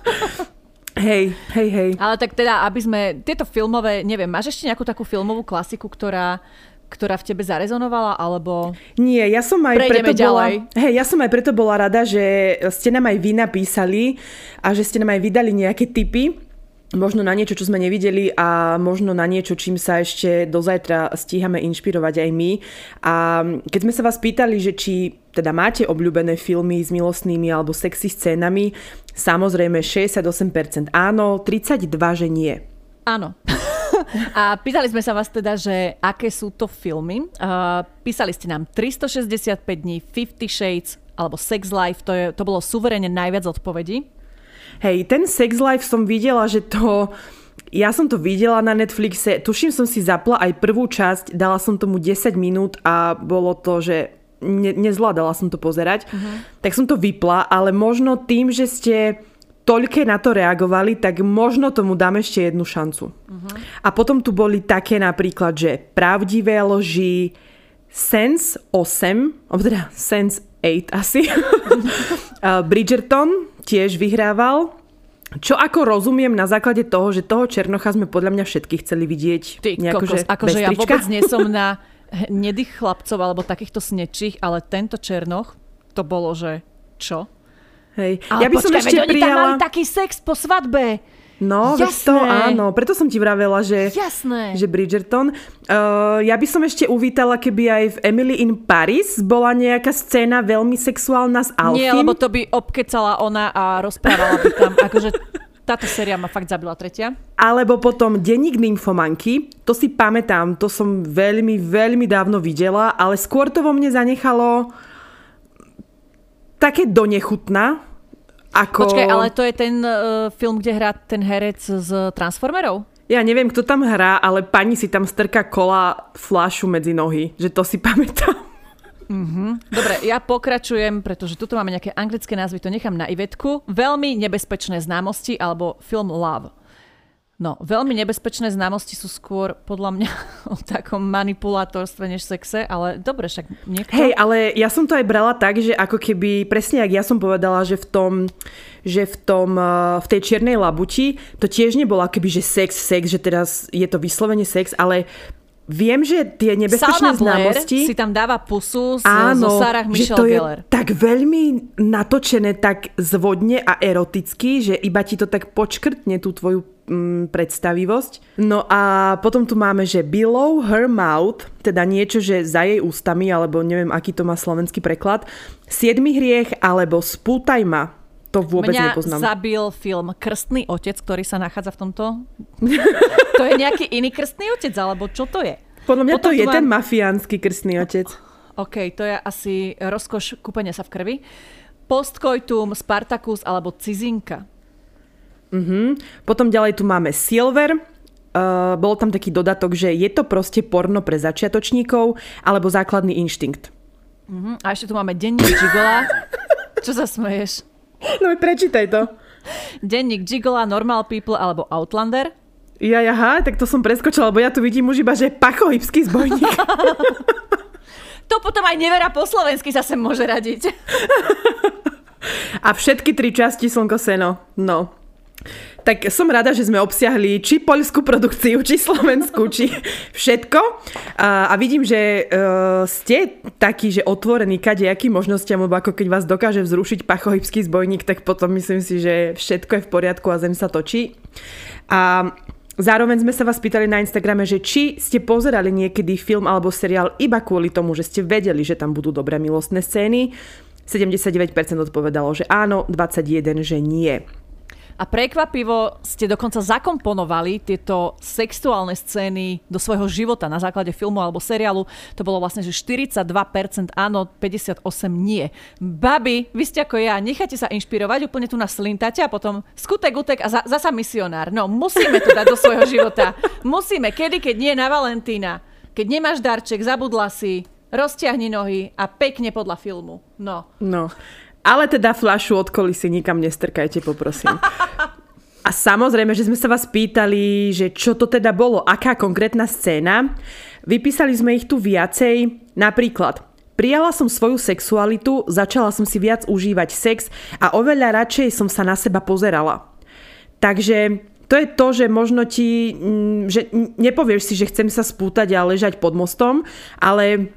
Hej, hej, hej. Ale tak teda, aby sme tieto filmové, neviem, máš ešte nejakú takú filmovú klasiku, ktorá... ktorá v tebe zarezonovala, alebo... Nie, ja som aj prejdeme preto bola... ďalej. Hej, ja som aj preto bola rada, že ste nám aj vy napísali a že ste nám aj vydali nejaké tipy, možno na niečo, čo sme nevideli a možno na niečo, čím sa ešte do zajtra stíhame inšpirovať aj my. A keď sme sa vás pýtali, že či teda máte obľúbené filmy s milostnými alebo sexy scénami, samozrejme šesťdesiatosem percent áno, tridsaťdva percent že nie. Áno. A pýtali sme sa vás teda, že aké sú to filmy. Uh, písali ste nám tristošesťdesiatpäť dní, Fifty Shades alebo Sex Life, to, je, to bolo suverene najviac odpovedí. Hej, ten Sex Life som videla, že to... Ja som to videla na Netflixe, tuším som si zapla aj prvú časť, dala som tomu desať minút a bolo to, že ne, nezvládala som to pozerať. Uh-huh. Tak som to vypla, ale možno tým, že ste... toľké na to reagovali, tak možno tomu dám ešte jednu šancu. Uh-huh. A potom tu boli také napríklad, že Pravdivé lži, Sense osem, alebo teda Sense osem asi. Bridgerton tiež vyhrával. Čo ako rozumiem na základe toho, že toho Černocha sme podľa mňa všetky chceli vidieť. Ty kokos, akože ja vôbec nie som na hnedých chlapcov alebo takýchto snečích, ale tento Černoch, to bolo, že čo? Hej. Ale ja by počkaj, som ešte oni prijala... tam mali taký sex po svadbe. No, jasné. To áno. Preto som ti vravela, že, jasné. že Bridgerton. Uh, ja by som ešte uvítala, keby aj v Emily in Paris bola nejaká scéna veľmi sexuálna s Alfim. Nie, lebo to by obkecala ona a rozprávala by tam. Akože táto séria ma fakt zabila tretia. Alebo potom Denník nymfomanky. To si pamätám. To som veľmi, veľmi dávno videla, ale skôr to vo mne zanechalo také donechutná. Ako... Počkaj, ale to je ten uh, film, kde hrá ten herec z Transformerov? Ja neviem, kto tam hrá, ale pani si tam strká kola fľašu medzi nohy. Že to si pamätám. Mm-hmm. Dobre, ja pokračujem, pretože tuto máme nejaké anglické názvy, to nechám na Ivetku. Veľmi nebezpečné známosti alebo film Love. No, veľmi nebezpečné známosti sú skôr podľa mňa o takom manipulátorstve než sexe, ale dobre, však niekto... Hej, ale ja som to aj brala tak, že ako keby, presne jak ja som povedala, že v tom, že v tom, v tej čiernej labuti, to tiež nebolo keby, že sex, sex, že teraz je to vyslovene sex, ale viem, že tie nebezpečné Salma Blair známosti... si tam dáva pusu z, áno, zo Sarah Michelle Gellar. Tak veľmi natočené, tak zvodne a eroticky, že iba ti to tak počkrtne tú tvoju mm, predstavivosť. No a potom tu máme, že below her mouth, teda niečo, že za jej ústami, alebo neviem, aký to má slovenský preklad. Siedmy hriech, alebo Spútaj ma. To vôbec Mňa nepoznám. Mňa zabil film Krstný otec, ktorý sa nachádza v tomto... To je nejaký iný krstný otec, alebo čo to je? Podľa mňa Potom to je mám... ten mafiánsky krstný otec. OK, to je asi rozkoš kúpenia sa v krvi. Postcoitum, Spartacus alebo Cizinka. Uh-huh. Potom ďalej tu máme Silver. Uh, bol tam taký dodatok, že je to proste porno pre začiatočníkov alebo Základný inštinkt. Uh-huh. A ešte tu máme Denník Gigola. Čo sa smeješ? No prečítaj to. Denník Gigola, Normal People alebo Outlander. Ja, aha, tak to som preskočila, lebo ja tu vidím už iba, že Pachojipský zbojník. To potom aj Nevera po slovensky sa sem môže radiť. A všetky tri časti Slnko, seno. No. Tak som rada, že sme obsiahli či poľskú produkciu, či slovenskú, či všetko. A, a vidím, že uh, ste takí, že otvorení kadejakým možnostiam, lebo ako keď vás dokáže vzrušiť Pachojipský zbojník, tak potom myslím si, že všetko je v poriadku a zem sa točí. A zároveň sme sa vás pýtali na Instagrame, že či ste pozerali niekedy film alebo seriál iba kvôli tomu, že ste vedeli, že tam budú dobré milostné scény. sedemdesiatdeväť percent odpovedalo, že áno, dvadsaťjeden percent, že nie. A prekvapivo ste dokonca zakomponovali tieto sexuálne scény do svojho života na základe filmu alebo seriálu. To bolo vlastne, že štyridsaťdva percent áno, päťdesiatosem percent nie. Babi, vy ste ako ja, nechajte sa inšpirovať, úplne tu nás slintáte a potom skutek, utek a za, zasa misionár. No, musíme to dať do svojho života. Musíme, kedy, keď nie na Valentína. Keď nemáš darček, zabudla si, roztiahni nohy a pekne podľa filmu. No. No. Ale teda fľašu od koly si nikam nestrkajte, poprosím. A samozrejme, že sme sa vás pýtali, že čo to teda bolo, aká konkrétna scéna. Vypísali sme ich tu viacej. Napríklad, prijala som svoju sexualitu, začala som si viac užívať sex a oveľa radšej som sa na seba pozerala. Takže to je to, že možno ti, že nepovieš si, že chcem sa spútať a ležať pod mostom, ale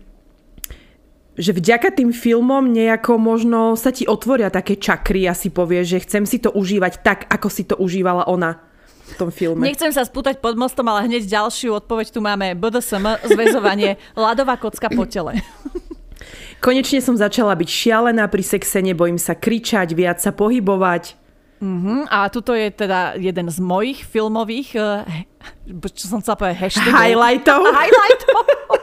že vďaka tým filmom nejako možno sa ti otvoria také čakry a si povieš, že chcem si to užívať tak, ako si to užívala ona v tom filme. Nechcem sa spútať pod mostom, ale hneď ďalšiu odpoveď tu máme. bé dé es em, zväzovanie, ľadová kocka po tele. Konečne som začala byť šialená pri sexe, nebojím sa kričať, viac sa pohybovať. Uh-huh. A tuto je teda jeden z mojich filmových, čo som chcela povedať, hashtagov. Highlightov. Highlightov.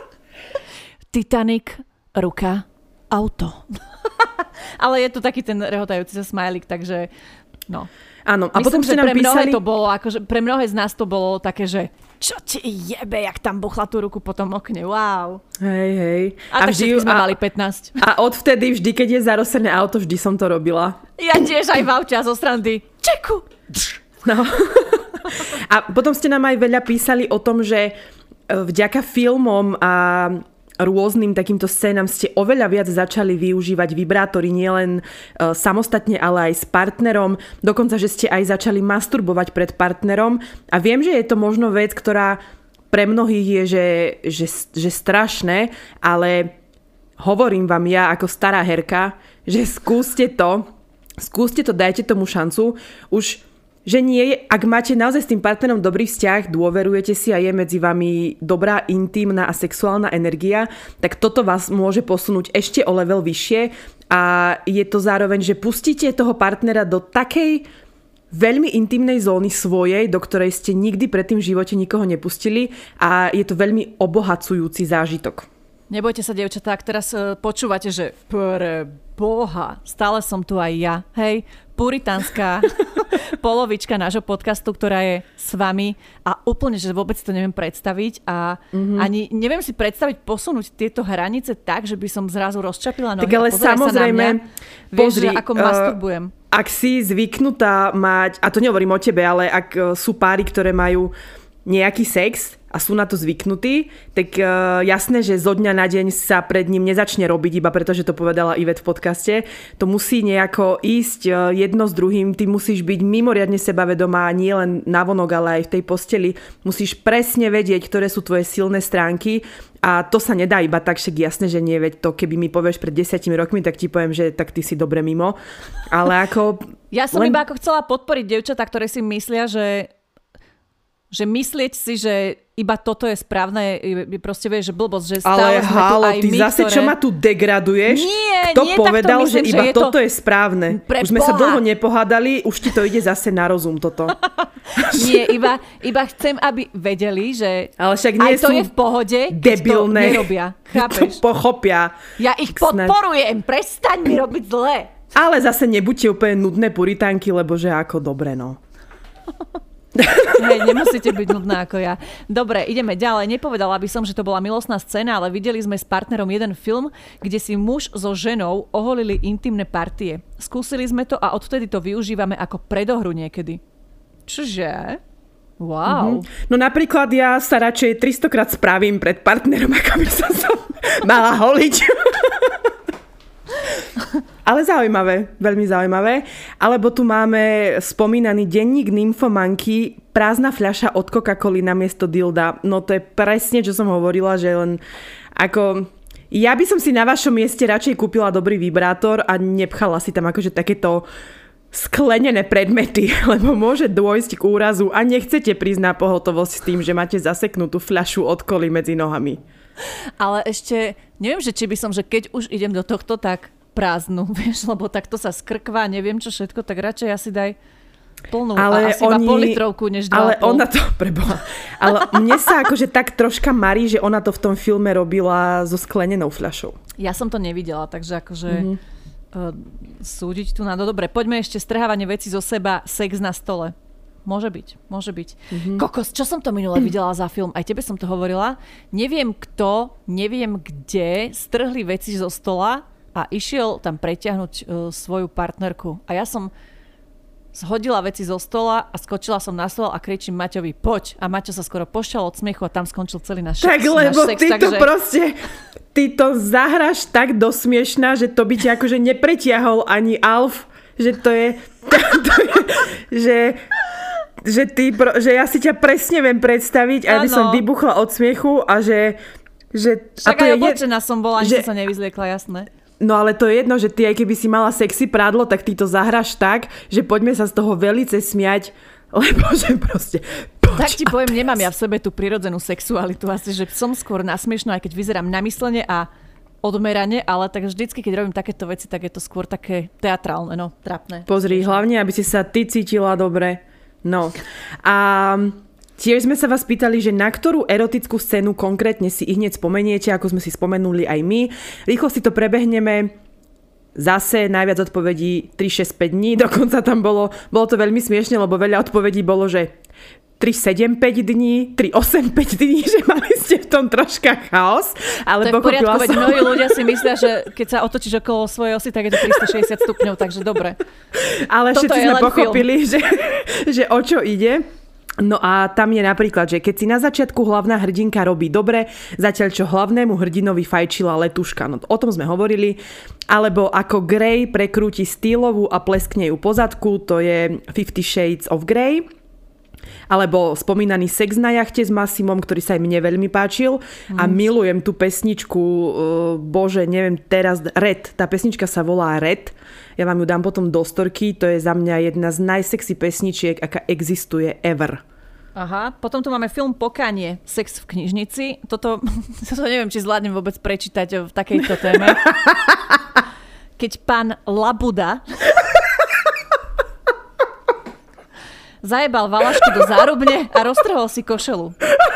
Titanic, ruka, auto. Ale je tu taký ten rehotajúci sa smajlik, takže no. Áno, a myslím, potom ste nám pre mnohé písali... to bolo, akože pre mnohé z nás to bolo také, že čo ti jebe, jak tam buchla tú ruku po tom okne, wow. Hej, hej. A, a tak vždy, sme a, mali pätnásť. A odvtedy vždy, keď je zarosené auto, vždy som to robila. Ja tiež aj v aute zo srandy. Čeku! No. A potom ste nám aj veľa písali o tom, že vďaka filmom a rôznym takýmto scénam ste oveľa viac začali využívať vibrátory nielen e, samostatne, ale aj s partnerom. Dokonca, že ste aj začali masturbovať pred partnerom. A viem, že je to možno vec, ktorá pre mnohých je, že, že, že strašné, ale hovorím vám ja ako stará herka, že skúste to, skúste to, dajte tomu šancu. Už že nie je, ak máte naozaj s tým partnerom dobrý vzťah, dôverujete si a je medzi vami dobrá, intimná a sexuálna energia, tak toto vás môže posunúť ešte o level vyššie a je to zároveň, že pustíte toho partnera do takej veľmi intimnej zóny svojej, do ktorej ste nikdy predtým v živote nikoho nepustili a je to veľmi obohacujúci zážitok. Nebojte sa, dievčatá, ak teraz počúvate, že pre Boha, stále som tu aj ja, hej, puritánska polovička nášho podcastu, ktorá je s vami a úplne, že vôbec to neviem predstaviť a mm-hmm. ani neviem si predstaviť posunúť tieto hranice tak, že by som zrazu rozčapila nohy tak ale a pozerať samozrejme, sa na mňa. Vieš, pozri, že ako uh, masturbujem. Ak si zvyknutá mať, a to nehovorím o tebe, ale ak uh, sú páry, ktoré majú nejaký sex a sú na to zvyknutí, tak uh, jasné, že zo dňa na deň sa pred ním nezačne robiť, iba preto, že to povedala Ivet v podcaste. To musí nejako ísť uh, jedno s druhým. Ty musíš byť mimoriadne sebavedomá, nie len navonok, ale aj v tej posteli. Musíš presne vedieť, ktoré sú tvoje silné stránky a to sa nedá iba tak, však jasné, že nie, veď to, keby mi povieš pred desiatimi rokmi, tak ti poviem, že tak ty si dobre mimo. Ale ako... Ja som len... iba ako chcela podporiť dievčatá, ktoré si myslia, že že myslieť si, že iba toto je správne, je proste vieš, že blbosť, že stále ale sme halo, tu aj ty my, zase ktoré... čo ma tu degraduješ? Nie, Kto nie, povedal, myslím, že iba že je toto to... je správne? Pre Už sme Boha. sa dlho nepohádali, už ti to ide zase na rozum toto. Nie, iba, iba chcem, aby vedeli, že ale však nie aj to sú je v pohode, debilné. keď to nerobia. Chápeš? To pochopia. Ja ich podporujem, prestaň mi robiť zle. Ale zase nebuďte úplne nudné puritánky, lebo že ako dobre, no. Hej, nemusíte byť nudná ako ja. Dobre, ideme ďalej. Nepovedala by som, že to bola milostná scéna, ale videli sme s partnerom jeden film, kde si muž so ženou oholili intimné partie. Skúsili sme to a odvtedy to využívame ako predohru niekedy. Čože? Wow. Mm-hmm. No napríklad ja sa radšej tristokrát spravím pred partnerom, ako by som sa mala holiť. Ale zaujímavé, veľmi zaujímavé. Alebo tu máme spomínaný denník nymfomanky, prázdna fľaša od Coca-Coly namiesto dilda. No to je presne, čo som hovorila, že len ako... Ja by som si na vašom mieste radšej kúpila dobrý vibrátor a nepchala si tam akože takéto sklenené predmety, lebo môže dôjsť k úrazu a nechcete prísť na pohotovosť s tým, že máte zaseknutú fľašu od Coly medzi nohami. Ale ešte, neviem, že či by som, že keď už idem do tohto, tak prázdnu, vieš, lebo takto sa skrkvá, neviem čo všetko, tak radšej asi daj plnú ale a asi oni, iba pol litrovku, než dva ale ona to, preboha, ale mne sa akože tak troška marí, že ona to v tom filme robila so sklenenou fľašou. Ja som to nevidela, takže akože mm-hmm. uh, súdiť tu na to. Dobre, poďme ešte strhávanie veci zo seba, sex na stole. môže byť, môže byť. Mm-hmm. Kokos, čo som to minule videla za film? Aj tebe som to hovorila. Neviem kto, neviem kde, strhli veci zo stola a išiel tam preťahnuť uh, svoju partnerku. A ja som zhodila veci zo stola a skočila som na stôl a kričím Maťovi, poď. A Maťo sa skoro pošťal od smiechu a tam skončil celý náš tak, sex. Lebo náš sex, ty takže... to proste, ty to zahraš tak dosmiešná, že to by ti akože nepretiahol ani Alf, že to je, to je že, že, ty, že ja si ťa presne viem predstaviť, aby som vybuchla od smiechu a že... že však a to aj oblečená som bola, ani že, som sa nevyzliekla, jasné. No ale to je jedno, že ty aj keby si mala sexy prádlo, tak ty to zahraš tak, že poďme sa z toho velice smiať, lebo že proste... Poď, tak ti poviem, nemám ja v sebe tú prirodzenú sexualitu, asi, že som skôr nasmiešná, aj keď vyzerám namyslene a odmerane, ale tak vždycky, keď robím takéto veci, tak je to skôr také teatrálne, no, trapné. Pozri, hlavne, aby si sa ty cítila dobre. No. A... tiež sme sa vás pýtali, že na ktorú erotickú scénu konkrétne si ich hneď spomeniete, ako sme si spomenuli aj my. Rýchlo si to prebehneme. Zase najviac odpovedí tri šesť päť dní. Dokonca tam bolo, bolo to veľmi smiešne, lebo veľa odpovedí bolo, že tri sedem päť dní, tri osem päť dní, že mali ste v tom troška chaos. Ale to je v poriadku, veď som... mnohí ľudia si myslia, že keď sa otočíš okolo svojej osy, tak je to tristošesťdesiat stupňov, takže dobre. Ale toto všetci sme pochopili, že, že o čo ide. No a tam je napríklad, že keď si na začiatku hlavná hrdinka robí dobre, zatiaľ čo hlavnému hrdinovi fajčila letuška. No o tom sme hovorili. Alebo ako Grey prekrúti stylovú a pleskne ju po zadku, to je Fifty Shades of Grey. Alebo spomínaný sex na jachte s Massimom, ktorý sa aj mne veľmi páčil. Mm. A milujem tú pesničku, bože, neviem teraz, Red. Tá pesnička sa volá Red. Ja vám ju dám potom do storky. To je za mňa jedna z najsexy pesničiek, aká existuje ever. Aha, potom tu máme film Pokanie, sex v knižnici. Toto, toto neviem, či zvládnem vôbec prečítať v takejto téme. Keď pán Labuda zajebal Valašku do zárubne a roztrhol si košelu.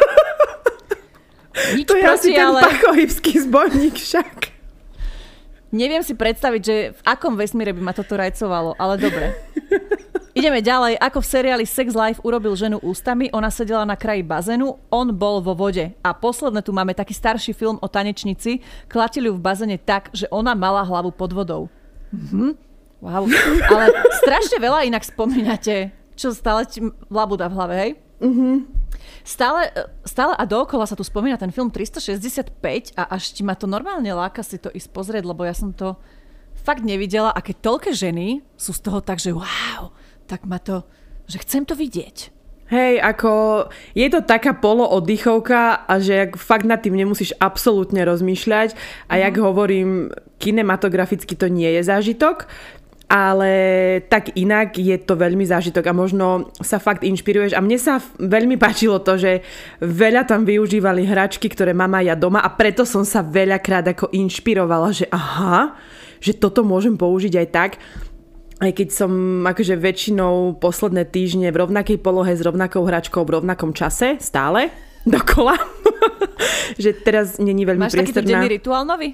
Nič to je proti, asi ten ale... pachojivský zbojník však. Neviem si predstaviť, že v akom vesmíre by ma toto rajcovalo, ale dobre. Ideme ďalej. Ako v seriáli Sex Life urobil ženu ústami, ona sedela na kraji bazénu, on bol vo vode. A posledné tu máme taký starší film o tanečnici. Klatili ju v bazéne tak, že ona mala hlavu pod vodou. Mhm. Wow. Ale strašne veľa inak spomínate. Čo stále ti labuda v hlave, hej? Mhm. Stále, stále a dookola sa tu spomína ten film tristošesťdesiatpäť a až ti ma to normálne láka si to ísť pozrieť, lebo ja som to fakt nevidela a keď toľké ženy sú z toho tak, že wow, tak ma to, že chcem to vidieť. Hej, ako je to taká polooddychovka a že jak fakt nad tým nemusíš absolútne rozmýšľať a mm. jak hovorím, kinematograficky to nie je zážitok, ale tak inak je to veľmi zážitok a možno sa fakt inšpiruješ. A mne sa veľmi páčilo to, že veľa tam využívali hračky, ktoré mám aj ja doma a preto som sa veľakrát ako inšpirovala, že aha, že toto môžem použiť aj tak. Aj keď som akože väčšinou posledné týždne v rovnakej polohe s rovnakou hračkou v rovnakom čase, stále, dokola. Že teraz není veľmi priestorná. Máš takýto denný rituál nový?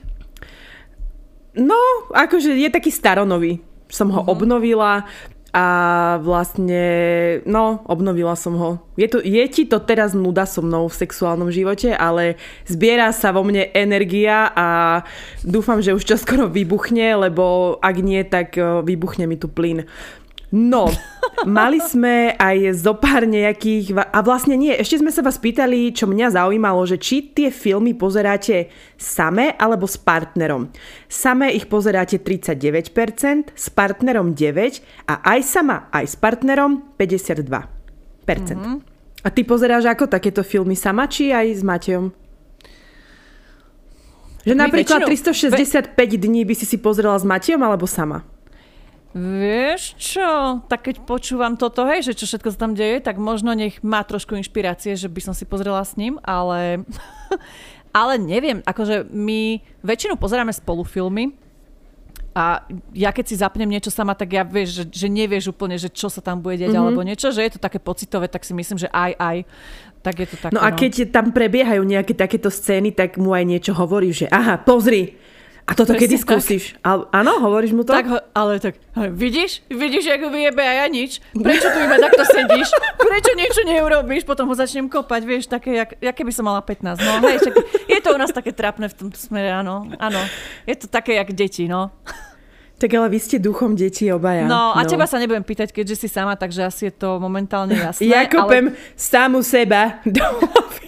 No, akože je taký staronový. Som ho uh-huh. obnovila a vlastne, no, obnovila som ho. Je, to, je ti to teraz nuda so mnou v sexuálnom živote, ale zbiera sa vo mne energia a dúfam, že už čoskoro vybuchne, lebo ak nie, tak vybuchne mi tu plyn. No, mali sme aj zo pár nejakých, a vlastne nie, ešte sme sa vás pýtali, čo mňa zaujímalo, že či tie filmy pozeráte same alebo s partnerom. Same ich pozeráte tridsaťdeväť percent, s partnerom deväť percent a aj sama, aj s partnerom päťdesiatdva percent. Mm-hmm. A ty pozeráš ako takéto filmy sama, či aj s Matejom? Že napríklad väčšinu... tristošesťdesiatpäť dní by si si pozrela s Matejom alebo sama? Vieš čo, tak keď počúvam toto, hej, že čo všetko sa tam deje, tak možno nech má trošku inšpirácie, že by som si pozrela s ním, ale, ale neviem, akože my väčšinou pozeráme spolu filmy a ja keď si zapnem niečo sama, tak ja vieš, že, že nevieš úplne, že čo sa tam bude deť, mm-hmm. alebo niečo, že je to také pocitové, tak si myslím, že aj, aj, tak je to také. No a keď no. tam prebiehajú nejaké takéto scény, tak mu aj niečo hovorí, že aha, pozri, A toto Presne kedy tak. skúsiš? Á- áno, hovoríš mu to? Tak, ho- ale tak, ale vidíš? Vidíš, ako vyjebe a ja nič? Prečo tu iba takto sedíš? Prečo niečo neurobíš? Potom ho začnem kopať, vieš, také, jak, jak keby som mala pätnásť. No, hej, však je to u nás také trápne v tomto smere, áno. Áno, je to také, jak deti, no. Tak ale vy ste duchom detí obaja. No, a teba sa nebudem pýtať, keďže si sama, takže asi je to momentálne jasné. Ja kopem ale... samu seba do hlavy.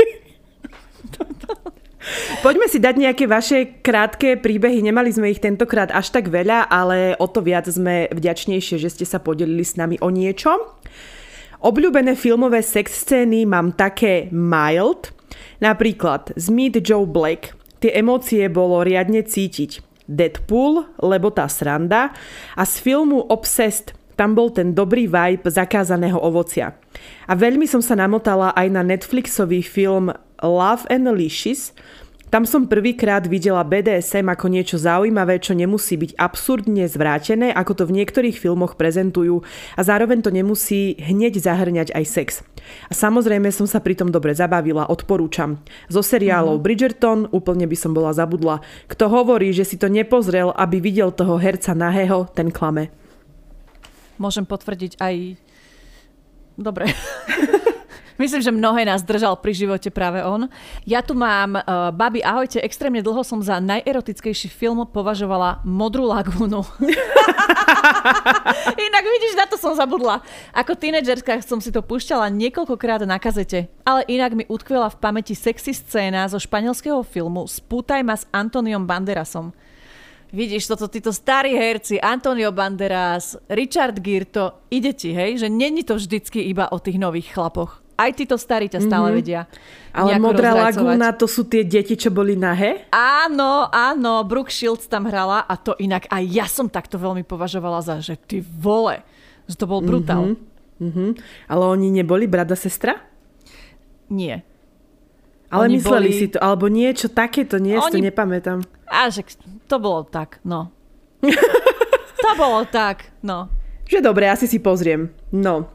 Poďme si dať nejaké vaše krátke príbehy. Nemali sme ich tentokrát až tak veľa, ale o to viac sme vďačnejšie, že ste sa podelili s nami o niečo. Obľúbené filmové sex scény mám také mild. Napríklad z Meet Joe Black. Tie emócie bolo riadne cítiť. Deadpool, lebo tá sranda. A z filmu Obsessed tam bol ten dobrý vibe zakázaného ovocia. A veľmi som sa namotala aj na Netflixový film Love and Licious. Tam som prvýkrát videla bé dé es em ako niečo zaujímavé, čo nemusí byť absurdne zvrátené, ako to v niektorých filmoch prezentujú a zároveň to nemusí hneď zahrňať aj sex. A samozrejme som sa pri tom dobre zabavila, odporúčam. Zo seriálov mm-hmm. Bridgerton úplne by som bola zabudla. Kto hovorí, že si to nepozrel, aby videl toho herca nahého, ten klame. Môžem potvrdiť aj... Dobre. Myslím, že mnohé nás držal pri živote práve on. Ja tu mám, uh, babi, ahojte, extrémne dlho som za najerotickejší film považovala Modrú lagúnu. Inak vidíš, na to som zabudla. Ako tínedžerka som si to púšťala niekoľkokrát na kazete. Ale inak mi utkvela v pamäti sexy scéna zo španielského filmu Spútaj ma s Antoniom Banderasom. Vidíš, toto títo starí herci, Antonio Banderas, Richard Gere, to ide ti, hej? Že není to vždycky iba o tých nových chlapoch. Aj títo starí ťa stále mm-hmm. vedia. Ale Modrá lagúna, to sú tie deti, čo boli nahé? Áno, áno, Brooke Shields tam hrala a to inak aj ja som takto veľmi považovala za, že ty vole, že to bol brutál. Mm-hmm. Mm-hmm. Ale oni neboli brat a sestra? Nie. Ale oni mysleli boli... si to, alebo niečo takéto, nie, oni... to nepamätám. A že to bolo tak, no. To bolo tak, no. Že dobre, asi si pozriem. No.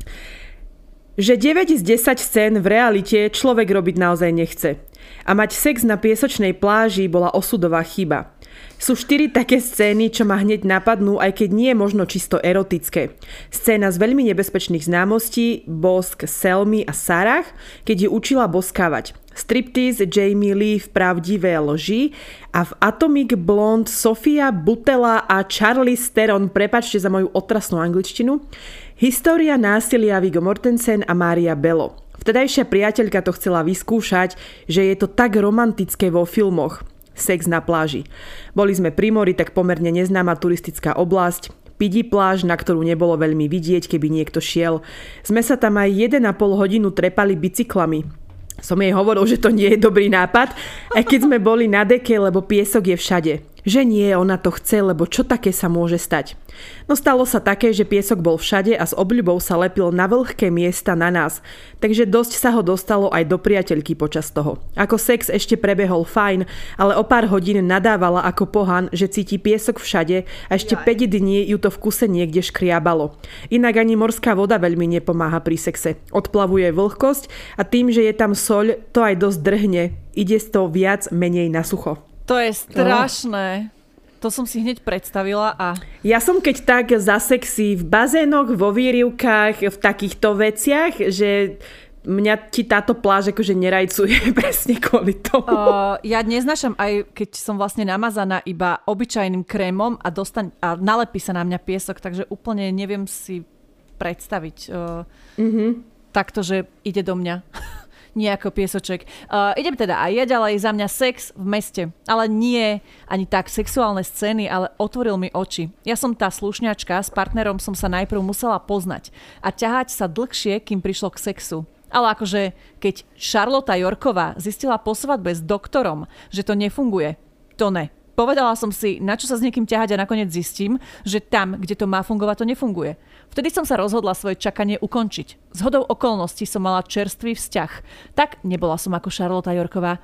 Že deväť z desať scén v realite človek robiť naozaj nechce. A mať sex na piesočnej pláži bola osudová chyba. Sú štyri také scény, čo ma hneď napadnú, aj keď nie je možno čisto erotické. Scéna z veľmi nebezpečných známostí, bosk Selmy a Sarah, keď ju učila boskávať. Striptease Jamie Lee v Pravdivé lži a v Atomic Blonde Sofia Boutella a Charlize Theron, prepáčte za moju otrasnú angličtinu, História násilia Viggo Mortensen a Maria Bello. Vtedajšia priateľka to chcela vyskúšať, že je to tak romantické vo filmoch. Sex na pláži. Boli sme pri mori, tak pomerne neznáma turistická oblasť. Pidi pláž, na ktorú nebolo veľmi vidieť, keby niekto šiel. Sme sa tam aj jeden a pol hodinu trepali bicyklami. Som jej hovoril, že to nie je dobrý nápad, aj keď sme boli na deke, lebo piesok je všade. Že nie, ona to chce, lebo čo také sa môže stať. No stalo sa také, že piesok bol všade a s obľubou sa lepil na vlhké miesta na nás. Takže dosť sa ho dostalo aj do priateľky počas toho. Ako sex ešte prebehol fajn, ale o pár hodín nadávala ako pohan, že cíti piesok všade a ešte päť dní ju to v kuse niekde škriabalo. Inak ani morská voda veľmi nepomáha pri sexe. Odplavuje vlhkosť a tým, že je tam soľ, to aj dosť drhne. Ide z toho viac menej na sucho. To je strašné. To som si hneď predstavila a... Ja som keď tak za sexy v bazénoch, vo výrivkách, v takýchto veciach, že mňa ti táto pláž akože nerajcuje presne kvôli tomu. Uh, ja neznášam aj, keď som vlastne namazaná iba obyčajným krémom a, dostaň, a nalepí sa na mňa piesok, takže úplne neviem si predstaviť uh, mm-hmm. takto, že ide do mňa. Nejako piesoček. Uh, idem teda aj ja ďalej, za mňa sex v meste. Ale nie ani tak sexuálne scény, ale otvoril mi oči. Ja som tá slušňačka, s partnerom som sa najprv musela poznať a ťahať sa dlhšie, kým prišlo k sexu. Ale akože, keď Charlotta Yorková zistila po svadbe s doktorom, že to nefunguje, to ne. Povedala som si, na čo sa s niekým ťahať a nakoniec zistím, že tam, kde to má fungovať, to nefunguje. Vtedy som sa rozhodla svoje čakanie ukončiť. Zhodou okolností som mala čerstvý vzťah. Tak nebola som ako Charlotta Yorková.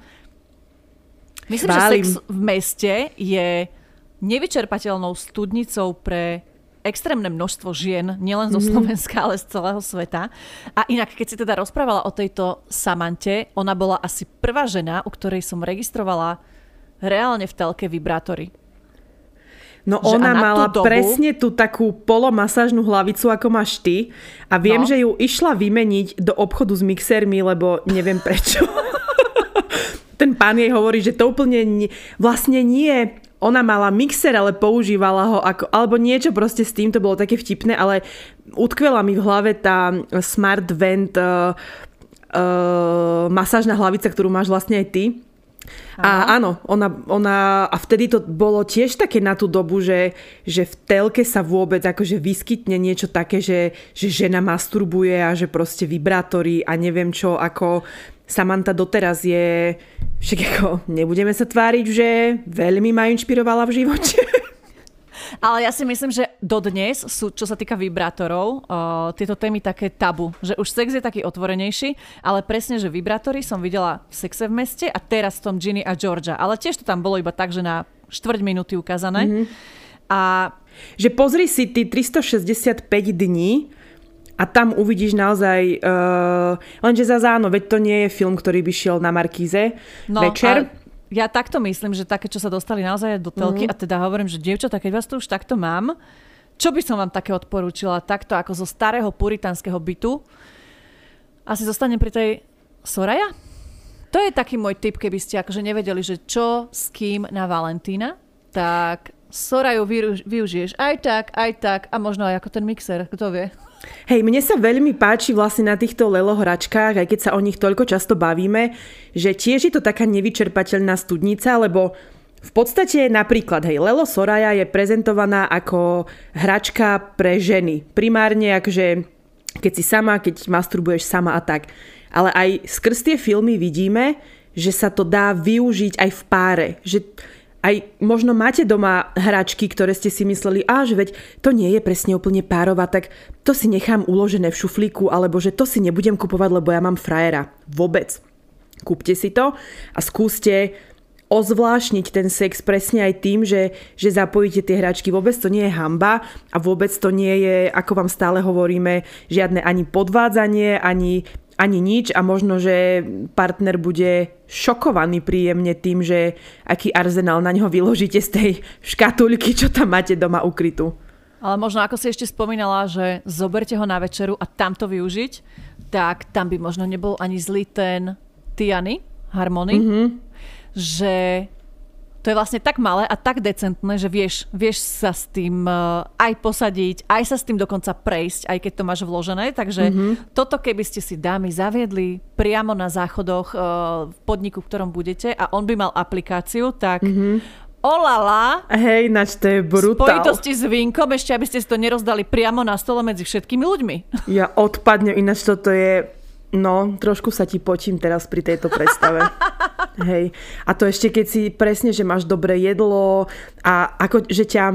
Myslím, Chválim. že sex v meste je nevyčerpateľnou studnicou pre extrémne množstvo žien, nielen zo mm-hmm. Slovenska, ale z celého sveta. A inak, keď si teda rozprávala o tejto Samante, ona bola asi prvá žena, u ktorej som registrovala reálne v telke vibrátory. No že ona mala dobu... presne tú takú polomasážnu hlavicu, ako máš ty. A viem, no. že ju išla vymeniť do obchodu s mixérmi, lebo neviem prečo. Ten pán jej hovorí, že to úplne nie, vlastne nie. Ona mala mixer, ale používala ho ako, alebo niečo proste s tým, to bolo také vtipné, ale utkvela mi v hlave tá Smart Vent uh, uh, masážna hlavica, ktorú máš vlastne aj ty. A Aha. áno, ona, ona, a vtedy to bolo tiež také na tú dobu, že, že v telke sa vôbec akože vyskytne niečo také, že, že žena masturbuje a že proste vibrátory a neviem čo, ako Samantha doteraz je, však ako nebudeme sa tváriť, že veľmi ma inšpirovala v živote. Ale ja si myslím, že dodnes sú, čo sa týka vibrátorov, uh, tieto témy také tabu. Že už sex je taký otvorenejší, ale presne, že vibrátory som videla v Sexe v meste a teraz v tom Ginny a Georgia. Ale tiež to tam bolo iba tak, že na štvrť minúty ukázané. Mm-hmm. A... Že pozri si ty tristošesťdesiatpäť dní a tam uvidíš naozaj... Uh, lenže zase áno, veď to nie je film, ktorý by šiel na Markíze no, večer. A... Ja takto myslím, že také, čo sa dostali naozaj do telky, mm. a teda hovorím, že dievčatá, keď vás to už takto mám, čo by som vám také odporúčila? Takto ako zo starého puritánskeho bytu. Asi zostanem pri tej Soraya? To je taký môj tip, keby ste akože nevedeli, že čo s kým na Valentína, tak Sorayu využiješ aj tak, aj tak a možno aj ako ten mixer, kto vie. Hej, mne sa veľmi páči vlastne na týchto Lelo hračkách, aj keď sa o nich toľko často bavíme, že tiež je to taká nevyčerpateľná studnica, lebo v podstate napríklad, hej, Lelo Soraya je prezentovaná ako hračka pre ženy. Primárne akože keď si sama, keď masturbuješ sama a tak. Ale aj skrz tie filmy vidíme, že sa to dá využiť aj v páre. Že aj možno máte doma hračky, ktoré ste si mysleli, a že veď to nie je presne úplne párová, tak to si nechám uložené v šuflíku, alebo že to si nebudem kupovať, lebo ja mám frajera. Vôbec. Kúpte si to a skúste ozvláštniť ten sex presne aj tým, že, že zapojíte tie hračky. Vôbec to nie je hanba a vôbec to nie je, ako vám stále hovoríme, žiadne ani podvádzanie, ani ani nič a možno, že partner bude šokovaný príjemne tým, že aký arzenál na ňo vyložíte z tej škatuľky, čo tam máte doma ukrytú. Ale možno, ako si ešte spomínala, že zoberte ho na večeru a tam to využiť, tak tam by možno nebol ani zlý ten Tiany Harmony, mm-hmm. že to je vlastne tak malé a tak decentné, že vieš, vieš sa s tým uh, aj posadiť, aj sa s tým dokonca prejsť, aj keď to máš vložené. Takže mm-hmm. toto, keby ste si dámy zaviedli priamo na záchodoch uh, v podniku, v ktorom budete a on by mal aplikáciu, tak mm-hmm. olala. Hej, nač to je brutál. Spojitosti s vínkom, ešte aby ste si to nerozdali priamo na stole medzi všetkými ľuďmi. Ja odpadnem, ináč toto je... No, trošku sa ti potím teraz pri tejto predstave. Hej. A to ešte keď si presne, že máš dobré jedlo a ako, že ťa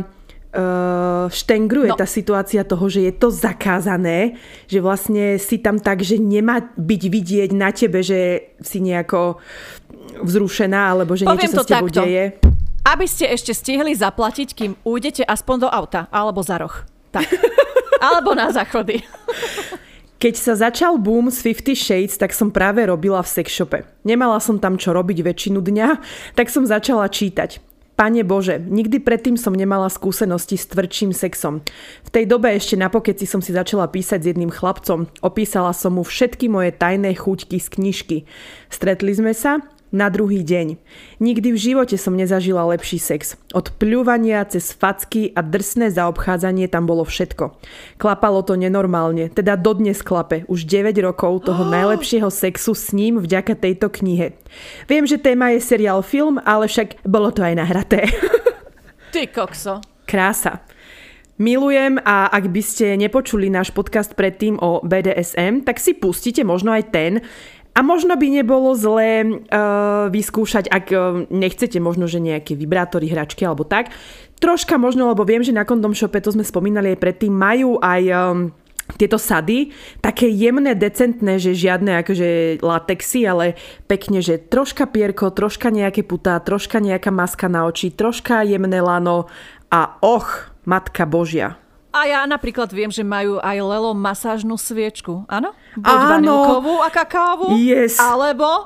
uh, štengruje no. tá situácia toho, že je to zakázané, že vlastne si tam tak, že nemá byť vidieť na tebe, že si nejako vzrušená, alebo že Poviem niečo sa s tebou takto. deje. Aby ste ešte stihli zaplatiť, kým ujdete aspoň do auta, alebo za roh. Tak. Alebo na záchody. Keď sa začal boom z Fifty Shades, tak som práve robila v sexshope. Nemala som tam čo robiť väčšinu dňa, tak som začala čítať. Pane Bože, nikdy predtým som nemala skúsenosti s tvrdším sexom. V tej dobe ešte na pokeci som si začala písať s jedným chlapcom. Opísala som mu všetky moje tajné chuťky z knižky. Stretli sme sa na druhý deň. Nikdy v živote som nezažila lepší sex. Od pľúvania cez facky a drsné zaobchádzanie tam bolo všetko. Klapalo to nenormálne, teda dodnes klape. Už deväť rokov toho oh. najlepšieho sexu s ním vďaka tejto knihe. Viem, že téma je seriál film, ale však bolo to aj nahraté. Ty kokso. Krása. Milujem a ak by ste nepočuli náš podcast predtým o bé dé es em, tak si pustite možno aj ten. A možno by nebolo zlé uh, vyskúšať, ak uh, nechcete možno, že nejaké vibrátory, hračky alebo tak. Troška možno, lebo viem, že na Kondom Shope, to sme spomínali aj predtým, majú aj um, tieto sady, také jemné, decentné, že žiadne akože latexy, ale pekne, že troška pierko, troška nejaké putá, troška nejaká maska na oči, troška jemné lano a och, Matka Božia. A ja napríklad viem, že majú aj Lelo masážnu sviečku. Áno? Buď vanilkovú a kakaovú. Yes. Alebo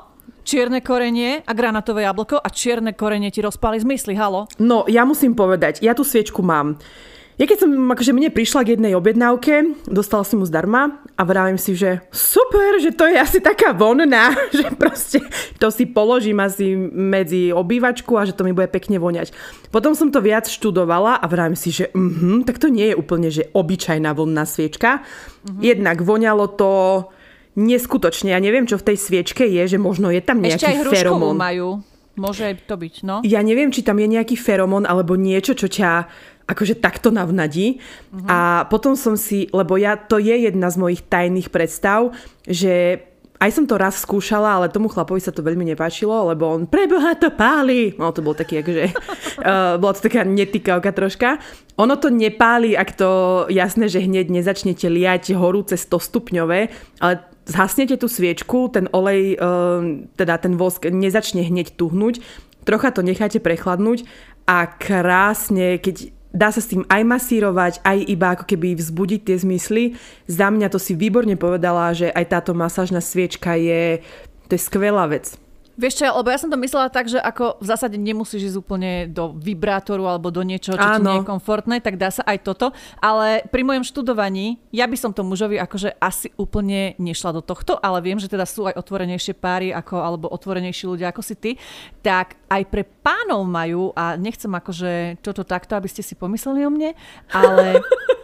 čierne korenie a granátové jablko a čierne korenie ti rozpáli zmysly, halo? No, ja musím povedať, ja tú sviečku mám. Ja keď som, akože mne prišla k jednej objednávke, dostala si mu zdarma a vravím si, že super, že to je asi taká vonná, že proste to si položím asi medzi obývačku a že to mi bude pekne voňať. Potom som to viac študovala a vravím si, že uh-huh, tak to nie je úplne, že obyčajná vonná sviečka. Uh-huh. Jednak voňalo to neskutočne. Ja neviem, čo v tej sviečke je, že možno je tam nejaký feromón. Ešte aj hruškovú majú. Môže to byť, no. Ja neviem, či tam je nejaký feromón alebo niečo, čo ťa akože takto navnadí. Uh-huh. A potom som si, lebo ja, to je jedna z mojich tajných predstav, že aj som to raz skúšala, ale tomu chlapovi sa to veľmi nepáčilo, lebo on preboha to páli. No to bol taký, akože, uh, bola to taká netýkavka troška. Ono to nepáli, ak to jasné, že hneď nezačnete liať horúce sto stupňové, ale zhasnete tú sviečku, ten olej, uh, teda ten vosk nezačne hneď tuhnúť, trocha to necháte prechladnúť a krásne, keď dá sa s tým aj masírovať, aj iba ako keby vzbudiť tie zmysly. Za mňa to si výborne povedala, že aj táto masážna sviečka je, to je skvelá vec. Vieš čo, lebo ja som to myslela tak, že ako v zásade nemusíš ísť úplne do vibrátoru alebo do niečoho, čo Áno. ti nie je komfortné, tak dá sa aj toto. Ale pri mojom študovaní, ja by som to mužovi akože asi úplne nešla do tohto, ale viem, že teda sú aj otvorenejšie páry ako, alebo otvorenejší ľudia ako si ty, tak aj pre pánov majú, a nechcem akože toto takto, aby ste si pomysleli o mne, ale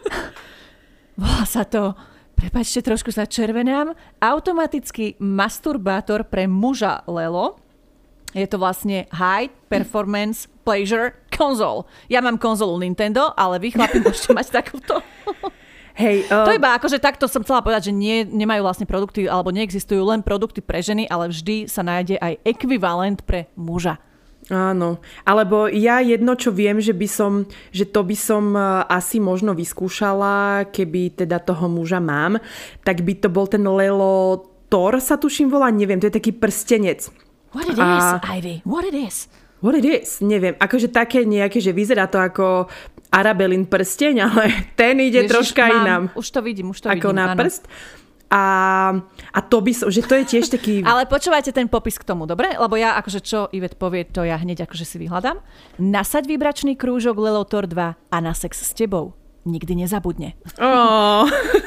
volá sa to... Prepáčte, trošku sa červenám. Automatický masturbátor pre muža Lelo. Je to vlastne High Performance Pleasure Console. Ja mám konzolu Nintendo, ale vy chlapi môžete mať takúto. Hej, uh... To iba akože takto som chcela povedať, že nie, nemajú vlastne produkty, alebo neexistujú len produkty pre ženy, ale vždy sa nájde aj ekvivalent pre muža. Áno, alebo ja jedno, čo viem, že by som, že to by som asi možno vyskúšala, keby teda toho muža mám, tak by to bol ten Lelo Thor, sa tuším volá, neviem, to je taký prstenec. What it A... is, Ivy, what it is? What it is, neviem, akože také nejaké, že vyzerá to ako Arabelin prsteň, ale ten ide Ježiš, troška mám, inám. Už to vidím, už to ako vidím, na áno. prst. A, a to by som, že to je tiež taký... Ale počúvajte ten popis k tomu, dobre? Lebo ja akože čo Ivet povie, to ja hneď akože si vyhľadám. Nasaď vibračný krúžok Lelo Thor dva a na sex s tebou nikdy nezabudne. Oh.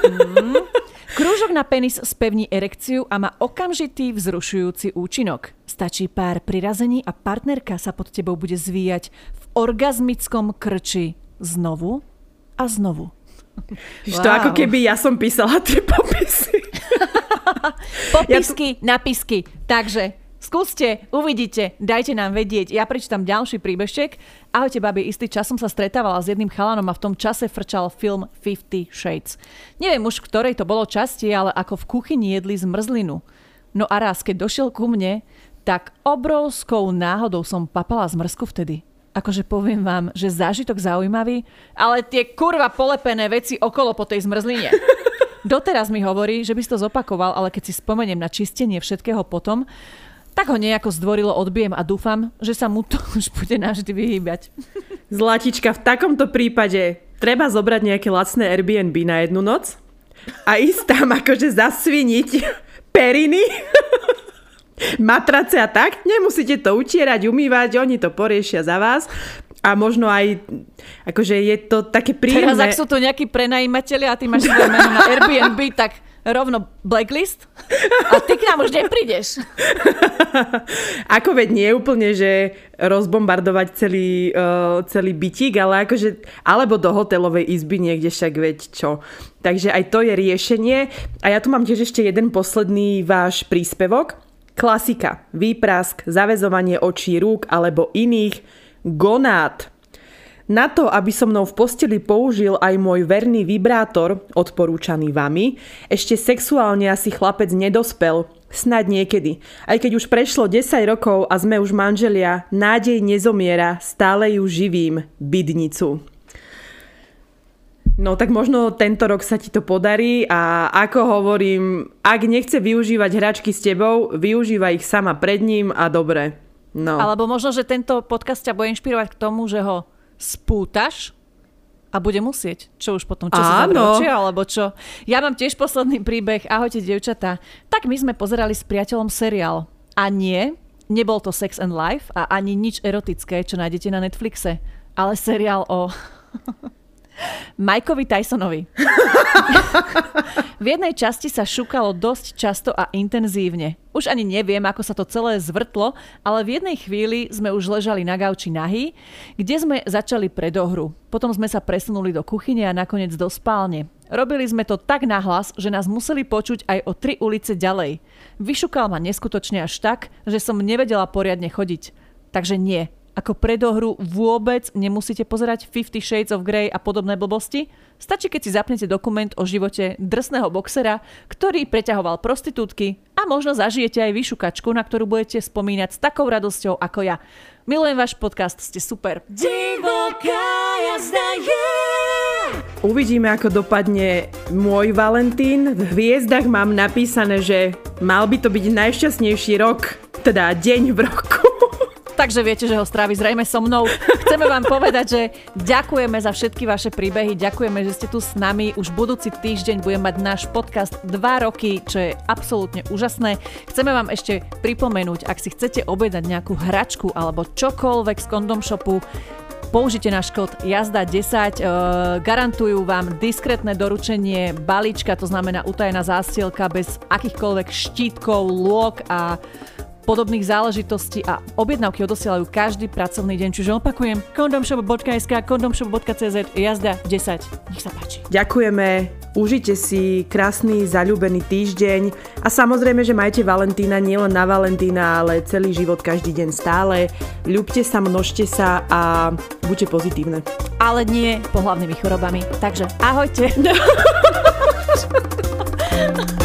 mm. Krúžok na penis spevní erekciu a má okamžitý vzrušujúci účinok. Stačí pár prirazení a partnerka sa pod tebou bude zvíjať v orgazmickom krči znovu a znovu. Wow. To ako keby ja som písala tie popisy. Popisky, ja tu... napisky. Takže skúste, uvidíte, dajte nám vedieť. Ja prečítam ďalší príbeštek. Ahojte, babi, istý čas som sa stretávala s jedným chalanom a v tom čase frčal film Fifty Shades. Neviem už, v ktorej to bolo časti, ale ako v kuchyni jedli zmrzlinu. No a raz, keď došiel ku mne, tak obrovskou náhodou som papala zmrzku vtedy. Akože poviem vám, že zážitok zaujímavý, ale tie kurva polepené veci okolo po tej zmrzline. Doteraz mi hovorí, že by si to zopakoval, ale keď si spomeniem na čistenie všetkého potom, tak ho nejako zdvorilo odbijem a dúfam, že sa mu to už bude navždy vyhýbať. Zlatička, v takomto prípade treba zobrať nejaké lacné Airbnb na jednu noc a ísť tam akože zasviniť periny, matrace a tak. Nemusíte to utierať, umývať, oni to poriešia za vás. A možno aj, akože je to také príjemné. Teraz, ak sú tu nejakí prenajímatelia a ty máš svoje meno na Airbnb, tak rovno blacklist a ty k nám už neprídeš. Ako veď nie je úplne, že rozbombardovať celý, uh, celý bytík, ale akože, alebo do hotelovej izby niekde, však veď čo. Takže aj to je riešenie. A ja tu mám tiež ešte jeden posledný váš príspevok. Klasika, výprask, zaväzovanie očí, rúk alebo iných gonád. Na to, aby so mnou v posteli použil aj môj verný vibrátor, odporúčaný vami, ešte sexuálne asi chlapec nedospel, snad niekedy. Aj keď už prešlo desať rokov a sme už manželia, nádej nezomiera, stále ju živím, bydnicu. No tak možno tento rok sa ti to podarí a ako hovorím, ak nechce využívať hračky s tebou, využívaj ich sama pred ním a dobre. No. Alebo možno, že tento podcast ťa bude inšpirovať k tomu, že ho spútaš a bude musieť. Čo už potom, čo sa zavrie, alebo čo. Ja mám tiež posledný príbeh. Ahojte, dievčatá. Tak my sme pozerali s priateľom seriál. A nie, nebol to Sex and Life a ani nič erotické, čo nájdete na Netflixe, ale seriál o Mikeovi Tysonovi. V jednej časti sa šúkalo dosť často a intenzívne. Už ani neviem, ako sa to celé zvrtlo, ale v jednej chvíli sme už ležali na gauči nahý, kde sme začali predohru. Potom sme sa presunuli do kuchyne a nakoniec do spálne. Robili sme to tak nahlas, že nás museli počuť aj o tri ulice ďalej. Vyšukal ma neskutočne až tak, že som nevedela poriadne chodiť. Takže nie. Ako predohru vôbec nemusíte pozerať Fifty Shades of Grey a podobné blbosti. Stačí, keď si zapnete dokument o živote drsného boxera, ktorý preťahoval prostitútky a možno zažijete aj vyšukačku, na ktorú budete spomínať s takou radosťou ako ja. Milujem váš podcast, ste super. Divoká jazda je. Uvidíme, ako dopadne môj Valentín. V hviezdach mám napísané, že mal by to byť najšťastnejší rok, teda deň v roku. Takže viete, že ho strávi zrejme so mnou. Chceme vám povedať, že ďakujeme za všetky vaše príbehy, ďakujeme, že ste tu s nami. Už budúci týždeň budeme mať náš podcast dva roky, čo je absolútne úžasné. Chceme vám ešte pripomenúť, ak si chcete objednať nejakú hračku alebo čokoľvek z Kondom Shopu, použite náš kód jazda desať, e, garantujú vám diskrétne doručenie balíčka, to znamená utajená zásielka bez akýchkoľvek štítkov, lôk a podobných záležitostí a objednávky odosielajú každý pracovný deň. Čiže opakujem, kondomshop bodka es ká, kondomshop bodka cé zet, jazda desať. Nech sa páči. Ďakujeme, užite si krásny, zaľúbený týždeň a samozrejme, že majte Valentína nielen na Valentína, ale celý život, každý deň stále. Ľúbte sa, množte sa a buďte pozitívne. Ale nie pohlavnými chorobami. Takže ahojte.